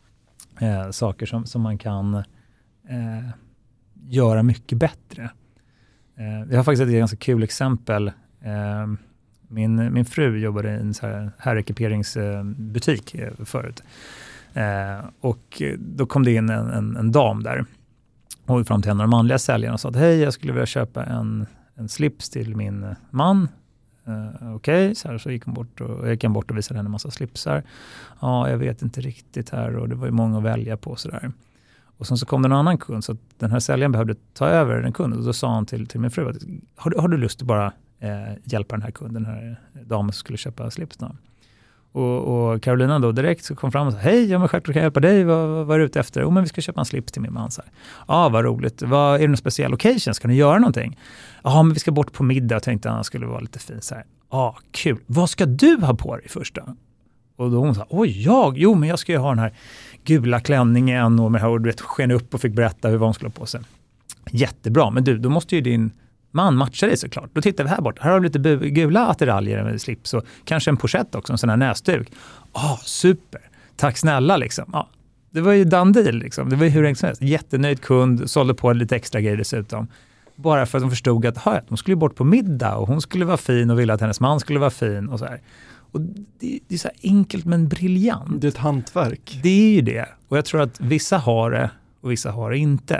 eh, saker som, som man kan eh, göra mycket bättre. Eh, jag har faktiskt ett ganska kul exempel. Eh, min, min fru jobbade i en så här herrekiperingsbutik eh, förut. Eh, och då kom det in en, en, en dam där och fram till en av de manliga säljarna och sa att hej, jag skulle vilja köpa en, en slips till min man. Uh, Okej, okay. så, så gick han bort och, jag gick bort och visade henne en massa slipsar. Ja, jag vet inte riktigt här och det var ju många att välja på sådär. Och sen så kom det en annan kund så att den här säljaren behövde ta över den kunden och då sa han till, till min fru att har du, har du lust att bara eh, hjälpa den här kunden, den här damen som skulle köpa slips då? Och, och Carolina då direkt så kom fram och sa hej, ja men självklart kan jag hjälpa dig, vad, vad, vad är du ute efter? Oh, men vi ska köpa en slips till min man. Ja, ah, vad roligt. Vad, är det någon speciell occasion? Ska ni göra någonting? Ja, ah, men vi ska bort på middag och tänkte att han skulle vara lite fin så här. Ja, ah, kul. Vad ska du ha på dig först då? Och då hon sa, oj jag, jo men jag ska ju ha den här gula klänningen och med här och du vet, sken upp och fick berätta hur hon skulle ha på sig. Jättebra, men du, då måste ju din man matcha dig såklart. Då tittar vi här bort. Här har vi lite bu- gula attiraljer med slips och kanske en pochett också, en sån här näsduk. Ah, super. Tack snälla liksom. Ah, det var ju done deal liksom. Det var ju hur enkelt som helst. Jättenöjd kund, sålde på lite extra grejer dessutom. Bara för att de förstod att ha, de skulle bort på middag och hon skulle vara fin och ville att hennes man skulle vara fin och så här. Och det, det är så här enkelt men briljant. Det är ett hantverk. Det är ju det. Och jag tror att vissa har det och vissa har det inte.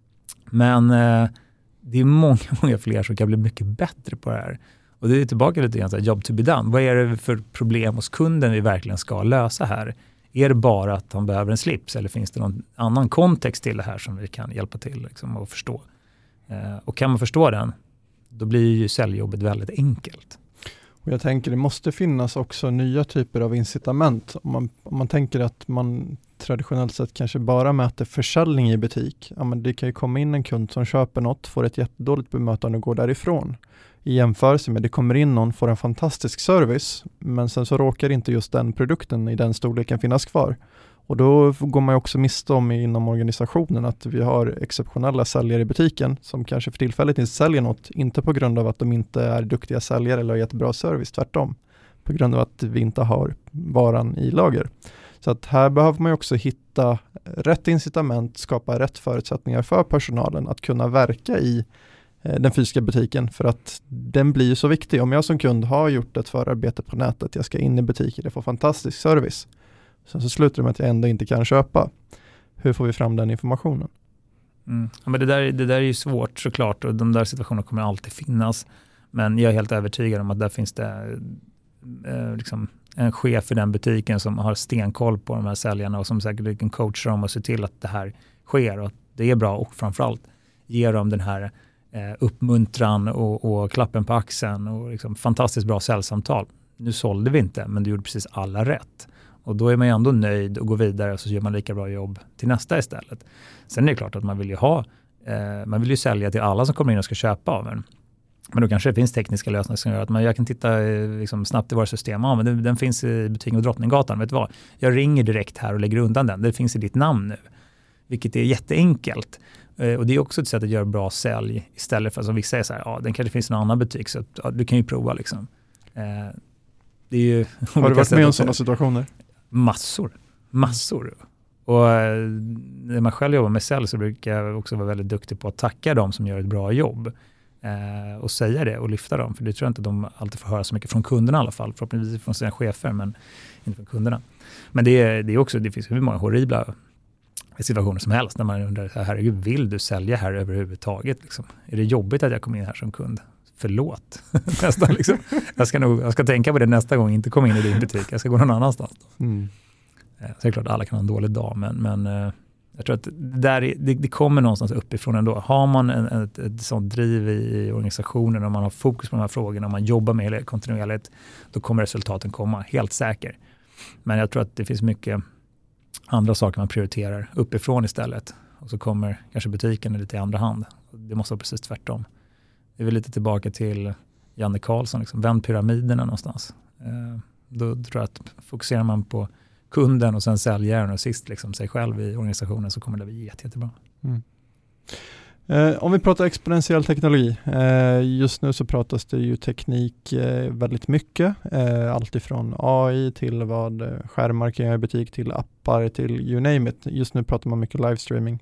Men eh, det är många, många fler som kan bli mycket bättre på det här. Och det är tillbaka lite grann så här, job to be done. Vad är det för problem hos kunden vi verkligen ska lösa här? Är det bara att han behöver en slips eller finns det någon annan kontext till det här som vi kan hjälpa till liksom, att förstå? Eh, och kan man förstå den, då blir ju säljjobbet väldigt enkelt. Och jag tänker det måste finnas också nya typer av incitament. Om man, om man tänker att man traditionellt sett kanske bara mäter försäljning i butik. Ja, men det kan ju komma in en kund som köper något, får ett jättedåligt bemötande och går därifrån. I jämförelse med det kommer in någon, får en fantastisk service, men sen så råkar inte just den produkten i den storleken finnas kvar. Och då går man ju också miste om inom organisationen att vi har exceptionella säljare i butiken som kanske för tillfället inte säljer något, inte på grund av att de inte är duktiga säljare eller har gett bra service, tvärtom. På grund av att vi inte har varan i lager. Så att här behöver man ju också hitta rätt incitament, skapa rätt förutsättningar för personalen att kunna verka i eh, den fysiska butiken, för att den blir ju så viktig. Om jag som kund har gjort ett förarbete på nätet, jag ska in i butiken, jag får fantastisk service. Sen så slutar det med att jag ändå inte kan köpa. Hur får vi fram den informationen? Mm. Ja, men det, där, det där är ju svårt såklart och de där situationerna kommer alltid finnas. Men jag är helt övertygad om att där finns det eh, liksom en chef i den butiken som har stenkoll på de här säljarna och som säkert kan coacha dem och se till att det här sker och att det är bra och framförallt ger dem den här eh, uppmuntran och, och klappen på axeln och liksom fantastiskt bra säljsamtal. Nu sålde vi inte, men du gjorde precis alla rätt. Och då är man ju ändå nöjd och går vidare och så gör man lika bra jobb till nästa istället. Sen är det klart att man vill ju ha, eh, man vill ju sälja till alla som kommer in och ska köpa av en. Men då kanske det finns tekniska lösningar som gör att man, jag kan titta eh, liksom snabbt i våra system. Ja, men den, den finns i butiken på Drottninggatan, vet du vad? Jag ringer direkt här och lägger undan den. Det finns i ditt namn nu. Vilket är jätteenkelt. Eh, och det är också ett sätt att göra bra sälj istället för att som vissa säger så här, ja den kanske finns i en annan butik så att, ja, du kan ju prova liksom. Eh, det är ju har du varit med om sådana situationer? Massor, massor. Och när man själv jobbar med sälj så brukar jag också vara väldigt duktig på att tacka dem som gör ett bra jobb. Eh, och säga det och lyfta dem. För det tror jag inte de alltid får höra så mycket från kunderna i alla fall. Förhoppningsvis från sina chefer men inte från kunderna. Men det är, det är också, det finns hur många horribla situationer som helst när man undrar, herregud, vill du sälja här överhuvudtaget? Liksom? Är det jobbigt att jag kommer in här som kund? Förlåt. Nästan, liksom. jag, ska nog, jag ska tänka på det nästa gång, inte komma in i din butik. Jag ska gå någon annanstans. Mm. Så det är klart att alla kan ha en dålig dag, men, men jag tror att det, där är, det, det kommer någonstans uppifrån ändå. Har man en, ett, ett sånt driv i organisationen och man har fokus på de här frågorna och man jobbar med det kontinuerligt, då kommer resultaten komma, helt säker. Men jag tror att det finns mycket andra saker man prioriterar uppifrån istället. Och så kommer kanske butiken lite i andra hand. Det måste vara precis tvärtom. Det är väl lite tillbaka till Janne Karlsson, liksom. Vänd pyramiderna någonstans. Eh, då tror jag att fokuserar man på kunden och sen säljaren och sist liksom sig själv i organisationen så kommer det bli jätte, jättebra. Mm. Eh, om vi pratar exponentiell teknologi. Eh, just nu så pratas det ju teknik eh, väldigt mycket. Eh, allt ifrån A I till vad eh, skärmar kan göra i butik till appar till you name it. Just nu pratar man mycket livestreaming.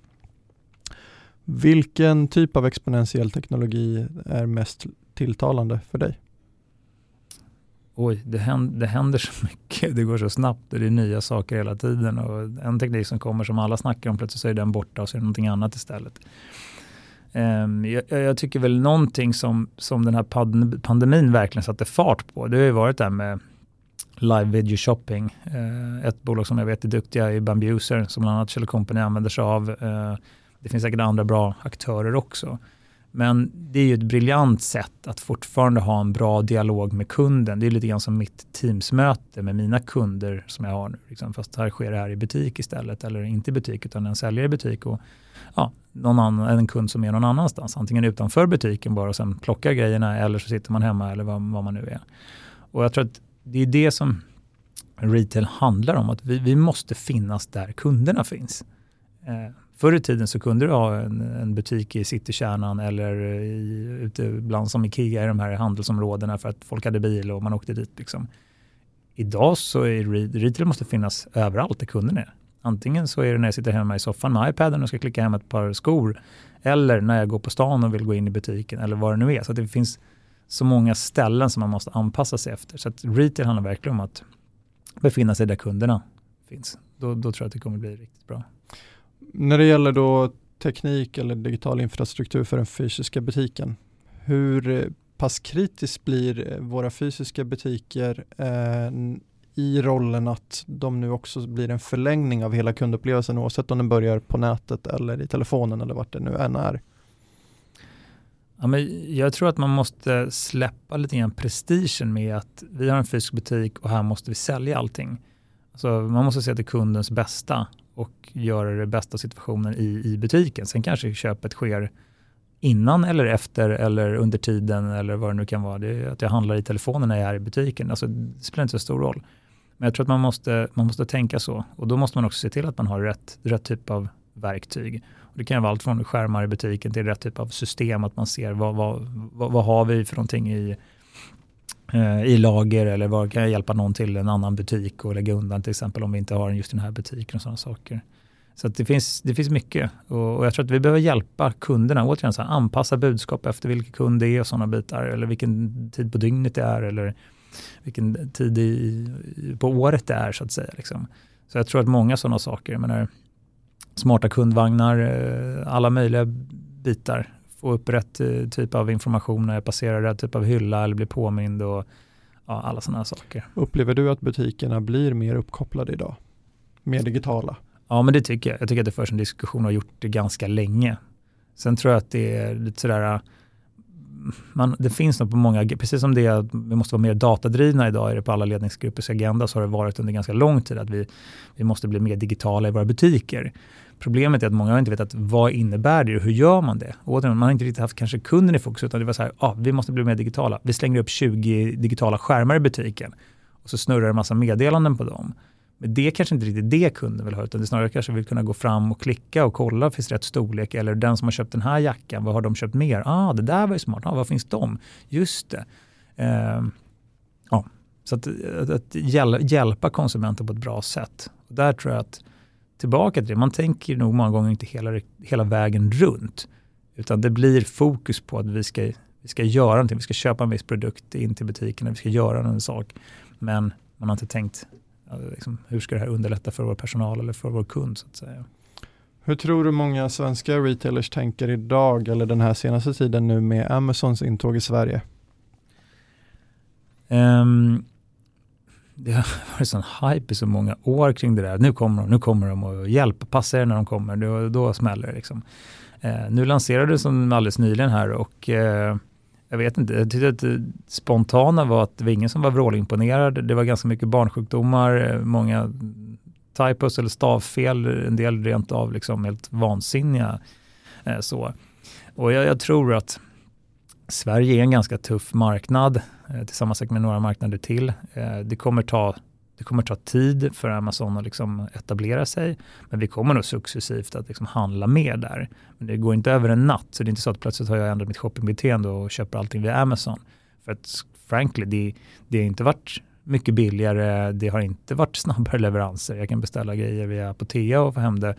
Vilken typ av exponentiell teknologi är mest tilltalande för dig? oj, det händer, det händer så mycket, det går så snabbt och det är nya saker hela tiden och en teknik som kommer som alla snackar om, plötsligt så är den borta och så är det någonting annat istället. Um, jag, jag tycker väl någonting som, som den här pand- pandemin verkligen satte fart på, det har ju varit det här med live video shopping. Uh, ett bolag som jag vet är duktiga är Bambuser som bland annat Shell Company använder sig av. Uh, det finns säkert andra bra aktörer också. Men det är ju ett briljant sätt att fortfarande ha en bra dialog med kunden. Det är lite grann som mitt Teams-möte med mina kunder som jag har nu. Liksom. Fast här sker det här i butik istället. Eller inte i butik utan en säljare i butik. Och ja, någon annan, en kund som är någon annanstans. Antingen utanför butiken bara och sen plockar grejerna. Eller så sitter man hemma eller vad, vad man nu är. Och jag tror att det är det som retail handlar om. Att vi, vi måste finnas där kunderna finns. Eh, Förr i tiden så kunde du ha en, en butik i citykärnan eller i, ute bland som Ikea i de här handelsområdena för att folk hade bil och man åkte dit. Liksom. Idag så är retail måste finnas överallt där kunden är. Antingen så är det när jag sitter hemma i soffan med iPaden och ska klicka hem ett par skor eller när jag går på stan och vill gå in i butiken eller vad det nu är. Så att det finns så många ställen som man måste anpassa sig efter. Så att retail handlar verkligen om att befinna sig där kunderna finns. Då, då tror jag att det kommer bli riktigt bra. När det gäller då teknik eller digital infrastruktur för den fysiska butiken, hur pass kritiskt blir våra fysiska butiker eh, i rollen att de nu också blir en förlängning av hela kundupplevelsen oavsett om den börjar på nätet eller i telefonen eller vart det nu än är? Ja, men jag tror att man måste släppa lite grann prestigen med att vi har en fysisk butik och här måste vi sälja allting. Alltså, man måste se till kundens bästa och göra det bästa situationen i, i butiken. Sen kanske köpet sker innan eller efter eller under tiden eller vad det nu kan vara. Det är att jag handlar i telefonen när jag är i butiken. Alltså, det spelar inte så stor roll. Men jag tror att man måste, man måste tänka så. Och då måste man också se till att man har rätt, rätt typ av verktyg. Och det kan vara allt från skärmar i butiken till rätt typ av system. Att man ser vad, vad, vad, vad har vi för någonting i i lager eller vad kan jag hjälpa någon till en annan butik och lägga undan till exempel om vi inte har just den här butiken och sådana saker. Så att det finns, det finns mycket och, och jag tror att vi behöver hjälpa kunderna återigen så här, anpassa budskap efter vilken kund det är och sådana bitar eller vilken tid på dygnet det är eller vilken tid i, på året det är så att säga. Liksom. Så jag tror att många sådana saker, jag menar, smarta kundvagnar, alla möjliga bitar. Få upp rätt typ av information när jag passerar rätt typ av hylla eller blir påmind och ja, alla sådana saker. Upplever du att butikerna blir mer uppkopplade idag? Mer digitala? Ja, men det tycker jag. Jag tycker att det förs en diskussion och har gjort det ganska länge. Sen tror jag att det är lite sådär, man, det finns nog på många, precis som det är att vi måste vara mer datadrivna idag, är det på alla ledningsgruppers agenda, så har det varit under ganska lång tid att vi, vi måste bli mer digitala i våra butiker. Problemet är att många har inte vetat vad innebär det och hur gör man det. Och man har inte riktigt haft kanske kunden i fokus utan det var så här, ah, vi måste bli mer digitala. Vi slänger upp tjugo digitala skärmar i butiken och så snurrar en massa meddelanden på dem. Men det är kanske inte riktigt det kunden vill ha utan det snarare kanske vill kunna gå fram och klicka och kolla finns rätt storlek eller den som har köpt den här jackan, vad har de köpt mer? Ah, det där var ju smart. Ah, vad finns de? Just det. Uh, ja. Så att, att, att hjäl- hjälpa konsumenten på ett bra sätt. Och där tror jag att tillbaka till det. Man tänker nog många gånger inte hela, hela vägen runt. Utan det blir fokus på att vi ska, vi ska göra någonting. Vi ska köpa en viss produkt in till butiken. Vi ska göra en sak. Men man har inte tänkt liksom, hur ska det här underlätta för vår personal eller för vår kund så att säga. Hur tror du många svenska retailers tänker idag eller den här senaste tiden nu med Amazons intåg i Sverige? Um, Det har varit sån hype i så många år kring det där. Nu kommer de, nu kommer de och hjälpa, passa er när de kommer. Då, då smäller det liksom. Eh, nu lanserade det som alldeles nyligen här och eh, jag vet inte, jag tyckte att det spontana var att det var ingen som var vrålimponerad. Det var ganska mycket barnsjukdomar, många typos eller stavfel, en del rent av liksom helt vansinniga. Eh, så. Och jag, jag tror att Sverige är en ganska tuff marknad eh, tillsammans med några marknader till. Eh, det, kommer ta, det kommer ta tid för Amazon att liksom etablera sig. Men vi kommer nog successivt att liksom handla mer där. Men det går inte över en natt. Så det är inte så att plötsligt har jag ändrat mitt shoppingbeteende och köper allting via Amazon. För att frankly, det, det har inte varit mycket billigare. Det har inte varit snabbare leveranser. Jag kan beställa grejer via Apotea och få hem det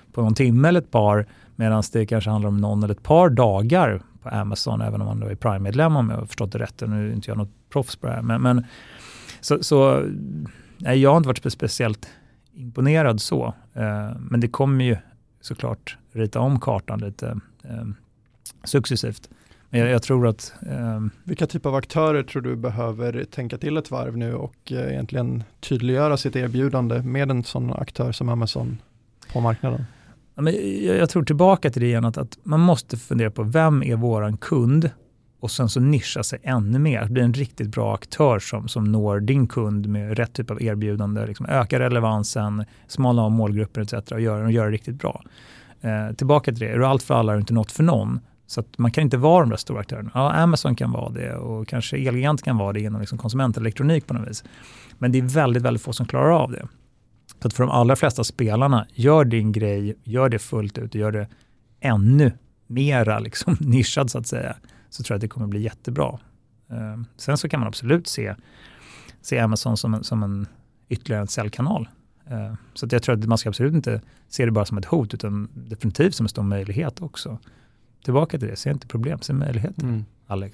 på någon timme eller ett par, medan det kanske handlar om någon eller ett par dagar på Amazon, även om man då är Prime-medlem, om jag har förstått det rätt. Nu är inte jag något proffs på det här. Men, men, så, så nej, jag har inte varit speciellt imponerad så. Eh, men det kommer ju såklart rita om kartan lite eh, successivt. Men jag, jag tror att... Eh, Vilka typer av aktörer tror du behöver tänka till ett varv nu och eh, egentligen tydliggöra sitt erbjudande med en sån aktör som Amazon på marknaden? Ja, men jag, jag tror tillbaka till det igen, att, att man måste fundera på vem är våran kund och sen så nischa sig ännu mer. Bli en riktigt bra aktör som, som når din kund med rätt typ av erbjudande. Liksom öka relevansen, smala av målgrupper et cetera och göra, och göra det riktigt bra. Eh, tillbaka till det. Är du allt för alla är inte något för någon. Så att man kan inte vara de där stora aktörerna. Ja, Amazon kan vara det och kanske Elgigant kan vara det inom liksom konsumentelektronik på något vis. Men det är väldigt, väldigt få som klarar av det. Så att för de allra flesta spelarna, gör din grej, gör det fullt ut och gör det ännu mera liksom nischad så att säga. Så tror jag att det kommer bli jättebra. Uh, sen så kan man absolut se, se Amazon som en, som en ytterligare en säljkanal. Uh, så att jag tror att man ska absolut inte se det bara som ett hot, utan definitivt som en stor möjlighet också. Tillbaka till det, se inte problem, se möjligheter. Mm. Alex.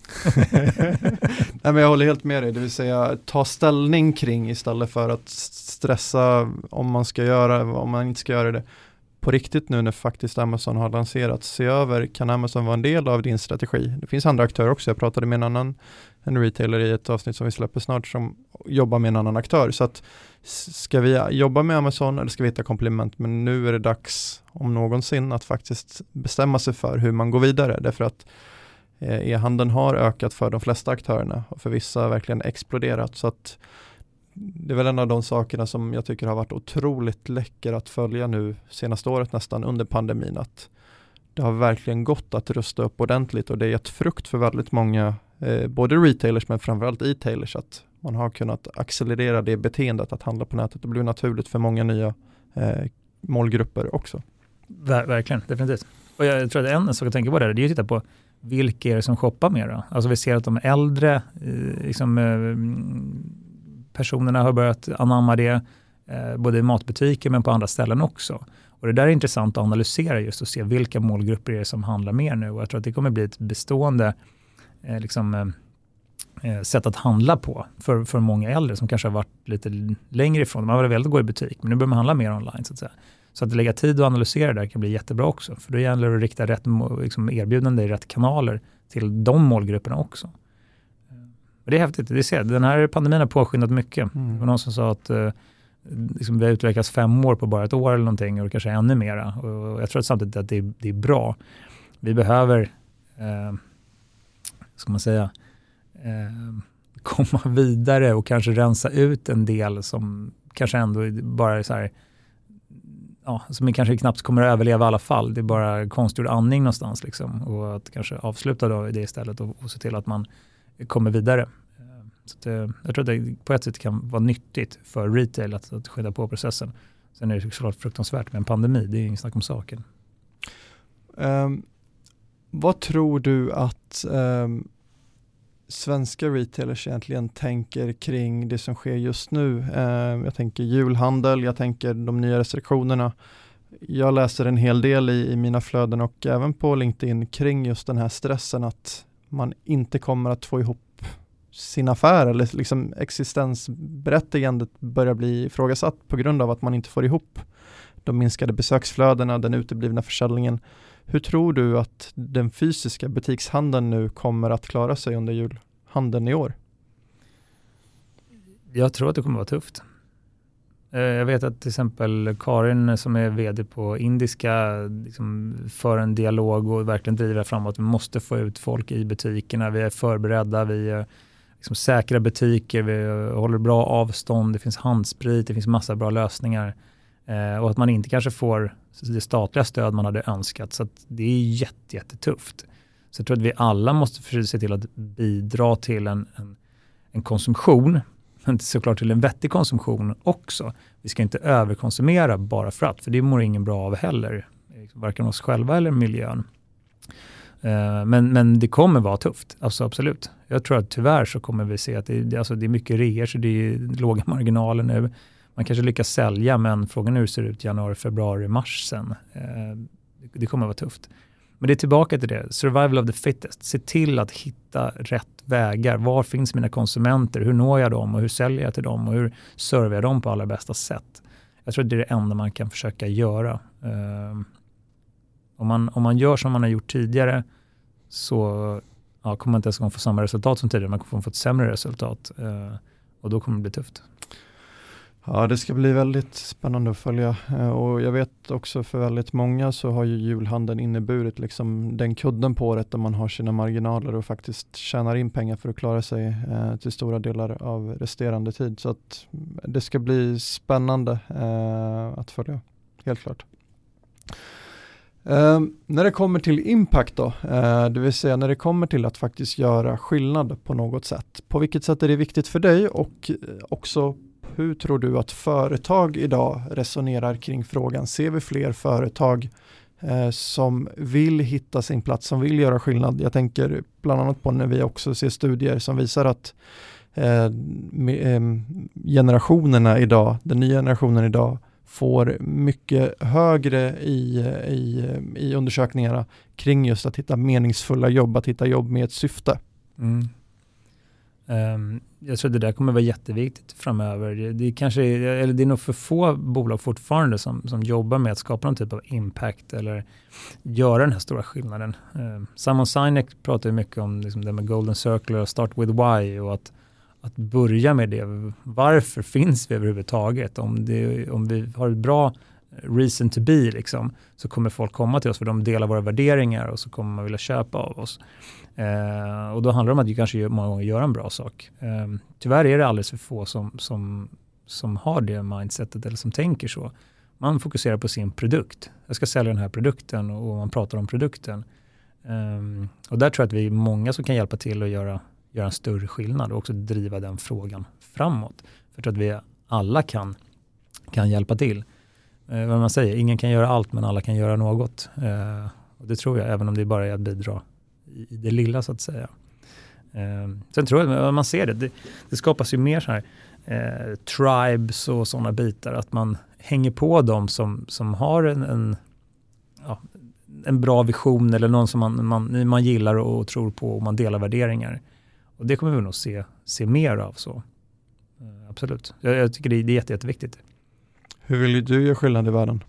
Nej, men jag håller helt med dig, det vill säga ta ställning kring istället för att stressa om man ska göra, om man inte ska göra det. På riktigt nu när faktiskt Amazon har lanserat, se över, kan Amazon vara en del av din strategi? Det finns andra aktörer också. Jag pratade med en annan en retailer i ett avsnitt som vi släpper snart som jobbar med en annan aktör. Så att ska vi jobba med Amazon eller ska vi hitta komplement? Men nu är det dags om någonsin att faktiskt bestämma sig för hur man går vidare. Därför att eh, e-handeln har ökat för de flesta aktörerna och för vissa verkligen exploderat. Så att det är väl en av de sakerna som jag tycker har varit otroligt läcker att följa nu senaste året nästan under pandemin, att det har verkligen gått att rusta upp ordentligt och det är ett frukt för väldigt många eh, både retailers men framförallt e-tailers, att man har kunnat accelerera det beteendet att handla på nätet och bli naturligt för många nya eh, målgrupper också. Ver- verkligen, definitivt. Och jag tror att en sak att tänka på det, det är att titta på vilka är det som shoppar mer då? Alltså vi ser att de äldre eh, liksom eh, personerna har börjat anamma det eh, både i matbutiker men på andra ställen också. Och det där är intressant att analysera just och se vilka målgrupper det är som handlar mer nu. Och jag tror att det kommer bli ett bestående eh, liksom, eh, sätt att handla på för, för många äldre som kanske har varit lite längre ifrån. Man har väl velat gå i butik, men nu börjar man handla mer online så att säga. Så att lägga tid och analysera det där kan bli jättebra också. För då gäller det att rikta rätt liksom, erbjudande i rätt kanaler till de målgrupperna också. Det är häftigt, det ser. Den här pandemin har påskyndat mycket. Mm. Det var någon som sa att eh, liksom, vi har utvecklats fem år på bara ett år eller någonting och kanske ännu mera. Och jag tror att samtidigt att det är, det är bra. Vi behöver, eh, ska man säga, eh, komma vidare och kanske rensa ut en del som kanske ändå bara är så här, ja, som kanske knappt kommer att överleva i alla fall. Det är bara konstgjord andning någonstans liksom. Och att kanske avsluta då det istället och, och se till att man kommer vidare. Så att, eh, jag tror att det på ett sätt kan vara nyttigt för retail att, att skynda på processen. Sen är det såklart fruktansvärt med en pandemi. Det är ingen snack om saken. Um, vad tror du att um, svenska retailers egentligen tänker kring det som sker just nu? Um, jag tänker julhandel, jag tänker de nya restriktionerna. Jag läser en hel del i, i mina flöden och även på LinkedIn kring just den här stressen att man inte kommer att få ihop sin affär eller liksom existensberättigandet börjar bli ifrågasatt på grund av att man inte får ihop de minskade besöksflödena, den uteblivna försäljningen. Hur tror du att den fysiska butikshandeln nu kommer att klara sig under julhandeln i år? Jag tror att det kommer att vara tufft. Jag vet att till exempel Karin som är vd på Indiska liksom för en dialog och verkligen driver framåt. Vi måste få ut folk i butikerna. Vi är förberedda. Vi är liksom säkra butiker. Vi håller bra avstånd. Det finns handsprit. Det finns massa bra lösningar. Eh, och att man inte kanske får det statliga stöd man hade önskat. Så att det är jätte, jättetufft. Så jag tror att vi alla måste försöka se till att bidra till en, en, en konsumtion. Men såklart till en vettig konsumtion också. Vi ska inte överkonsumera bara för att. För det mår ingen bra av heller. Varken oss själva eller miljön. Uh, men, men det kommer vara tufft. Alltså, absolut. Jag tror att tyvärr så kommer vi se att det, det, alltså, det är mycket reor så det är låga marginaler nu. man kanske lyckas sälja, men frågan är hur det ser ut januari, februari, mars sen. Eh, det kommer att vara tufft. Men det är tillbaka till det. Survival of the fittest. Se till att hitta rätt vägar. Var finns mina konsumenter? Hur når jag dem? Och hur säljer jag till dem? Och hur servar jag dem på allra bästa sätt? Jag tror att det är det enda man kan försöka göra. Uh, om, man, om man gör som man har gjort tidigare så ja, kommer man inte ens få samma resultat som tidigare. Man kommer få ett sämre resultat. Uh, och då kommer det bli tufft. Ja, det ska bli väldigt spännande att följa, och jag vet också för väldigt många så har ju julhandeln inneburit liksom den kudden på året där man har sina marginaler och faktiskt tjänar in pengar för att klara sig eh, till stora delar av resterande tid. Så att det ska bli spännande eh, att följa, helt klart. Eh, när det kommer till impact då, eh, det vill säga när det kommer till att faktiskt göra skillnad på något sätt. På vilket sätt är det viktigt för dig, och också hur tror du att företag idag resonerar kring frågan? Ser vi fler företag eh, som vill hitta sin plats, som vill göra skillnad? Jag tänker bland annat på när vi också ser studier som visar att eh, med, eh, generationerna idag, den nya generationen idag, får mycket högre i, i, i undersökningarna kring just att hitta meningsfulla jobb, att hitta jobb med ett syfte. Mm. Um, jag tror det där kommer vara jätteviktigt framöver. Det, det, är kanske, eller det är nog för få bolag fortfarande som, som jobbar med att skapa någon typ av impact eller göra den här stora skillnaden. Um, Simon Sinek pratar ju mycket om liksom det med Golden Circle och Start with Why, och att, att börja med det. Varför finns vi överhuvudtaget? Om, det, om vi har ett bra reason to be liksom, så kommer folk komma till oss för de delar våra värderingar, och så kommer man vilja köpa av oss. Eh, och då handlar det om att vi kanske många gånger gör en bra sak. Eh, tyvärr är det alldeles för få som, som, som har det mindsetet eller som tänker så. Man fokuserar på sin produkt. Jag ska sälja den här produkten, och man pratar om produkten. Eh, och där tror jag att vi är många som kan hjälpa till att göra, göra en större skillnad och också driva den frågan framåt. För jag tror att vi alla kan, kan hjälpa till. Eh, vad man säger, ingen kan göra allt, men alla kan göra något. Eh, och det tror jag, även om det bara är att bidra i det lilla så att säga. Eh, sen tror jag att man ser det, det, det skapas ju mer så här eh, tribes och sådana bitar, att man hänger på dem som, som har en, en, ja, en bra vision eller någon som man, man, man gillar och tror på, och man delar värderingar. Och det kommer vi nog se, se mer av så. Eh, absolut. Jag, jag tycker det är, det är jätte, jätteviktigt. Hur vill du göra skillnad i världen?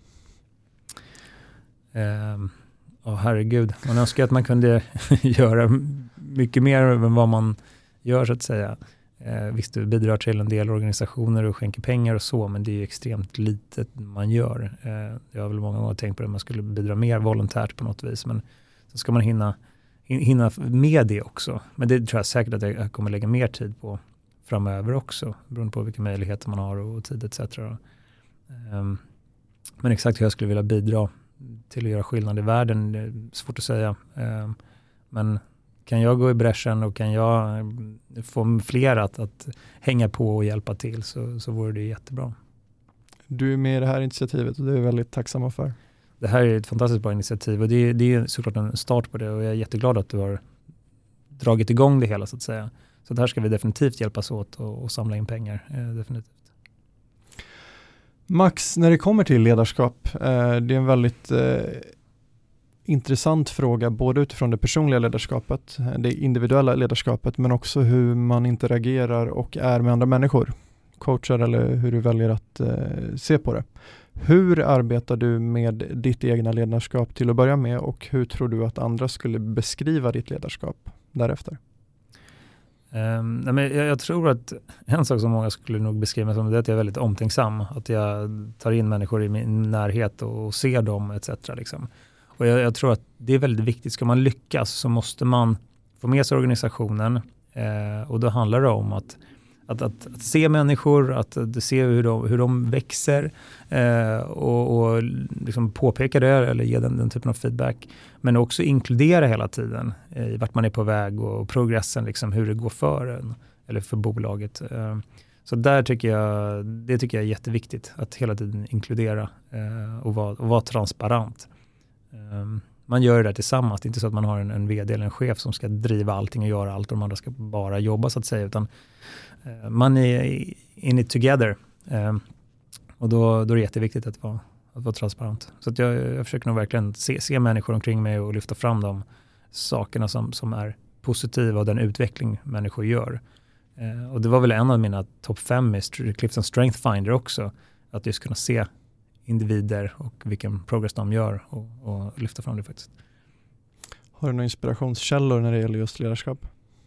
Eh, Ja, oh, herregud. Man önskar att man kunde göra mycket mer än vad man gör så att säga. Eh, visst, du bidrar till en del organisationer och skänker pengar och så, men det är ju extremt litet man gör. Eh, jag har väl många gånger tänkt på det, man skulle bidra mer volontärt på något vis, men så ska man hinna, hinna med det också. Men det tror jag säkert att jag kommer lägga mer tid på framöver också, beroende på vilka möjligheter man har och tid et cetera. Eh, men exakt hur jag skulle vilja bidra till att göra skillnad i världen, det är svårt att säga. Men kan jag gå i bräschen och kan jag få fler att, att hänga på och hjälpa till, så, så vore det jättebra. Du är med i det här initiativet och det är vi väldigt tacksamma för. Det här är ett fantastiskt bra initiativ, och det är, det är såklart en start på det, och jag är jätteglad att du har dragit igång det hela så att säga. Så här ska vi definitivt hjälpas åt och, och samla in pengar. Definitivt. Max, när det kommer till ledarskap, eh, det är en väldigt eh, intressant fråga, både utifrån det personliga ledarskapet, det individuella ledarskapet, men också hur man interagerar och är med andra människor, coachar eller hur du väljer att eh, se på det. Hur arbetar du med ditt egna ledarskap till att börja med, och hur tror du att andra skulle beskriva ditt ledarskap därefter? Um, nej men jag, jag tror att en sak som många skulle nog beskriva som det är att jag är väldigt omtänksam. Att jag tar in människor i min närhet och, och ser dem et cetera. Liksom. Och jag, jag tror att det är väldigt viktigt. Ska man lyckas så måste man få med sig organisationen. Eh, och då handlar det om att, att, att, att se människor, att, att se hur de, hur de växer eh, och, och liksom påpeka det eller ge den, den typen av feedback. Men också inkludera hela tiden i vart man är på väg och progressen, liksom hur det går för en, eller för bolaget. Eh, så där tycker jag, det tycker jag är jätteviktigt, att hela tiden inkludera eh, och, vara, och vara transparent. Eh, man gör det där tillsammans. Det är inte så att man har en, en vd eller en chef som ska driva allting och göra allt och de andra ska bara jobba så att säga, utan eh, man är in it together. Eh, Och då, då är det jätteviktigt att vara, att vara transparent. Så att jag, jag försöker nog verkligen se, se människor omkring mig och lyfta fram de sakerna som, som är positiva och den utveckling människor gör. Eh, och det var väl en av mina topp fem i Clifton Strength Finder också. Att just kunna se individer och vilken progress de gör och, och lyfta fram det faktiskt. Har du några inspirationskällor när det gäller just ledarskap?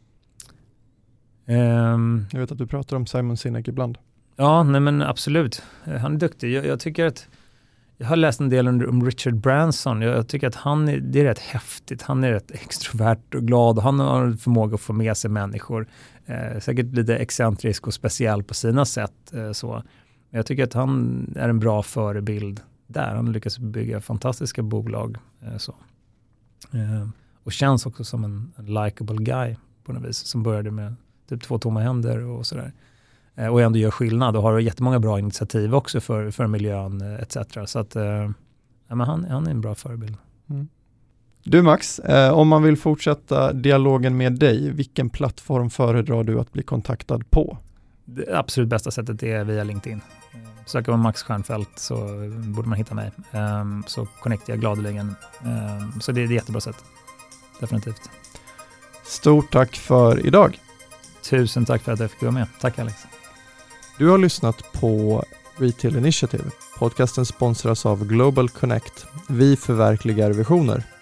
Um, jag vet att du pratar om Simon Sinek ibland. Ja, nej men absolut. Han är duktig. Jag, jag tycker att jag har läst en del om Richard Branson. Jag, jag tycker att han är, det är rätt häftigt. Han är rätt extrovert och glad och han har förmåga att få med sig människor. Eh, säkert lite excentrisk och speciell på sina sätt. Eh, så. Men jag tycker att han är en bra förebild där. Han lyckas bygga fantastiska bolag. Eh, så. Eh, och känns också som en, en likable guy på något vis. Som började med typ två tomma händer och sådär. Eh, och ändå gör skillnad och har jättemånga bra initiativ också för, för miljön eh, et cetera. Så att eh, ja, men han, han är en bra förebild. Mm. Du Max, eh, om man vill fortsätta dialogen med dig, vilken plattform föredrar du att bli kontaktad på? Det absolut bästa sättet är via LinkedIn. Söker man Max Stjernfeldt så borde man hitta mig. Um, så connectar jag gladeligen. Um, så det är ett jättebra sätt. Definitivt. Stort tack för idag. Tusen tack för att jag fick vara med. Tack Alex. Du har lyssnat på Retail Initiative. Podcasten sponsras av Global Connect. Vi förverkligar visioner.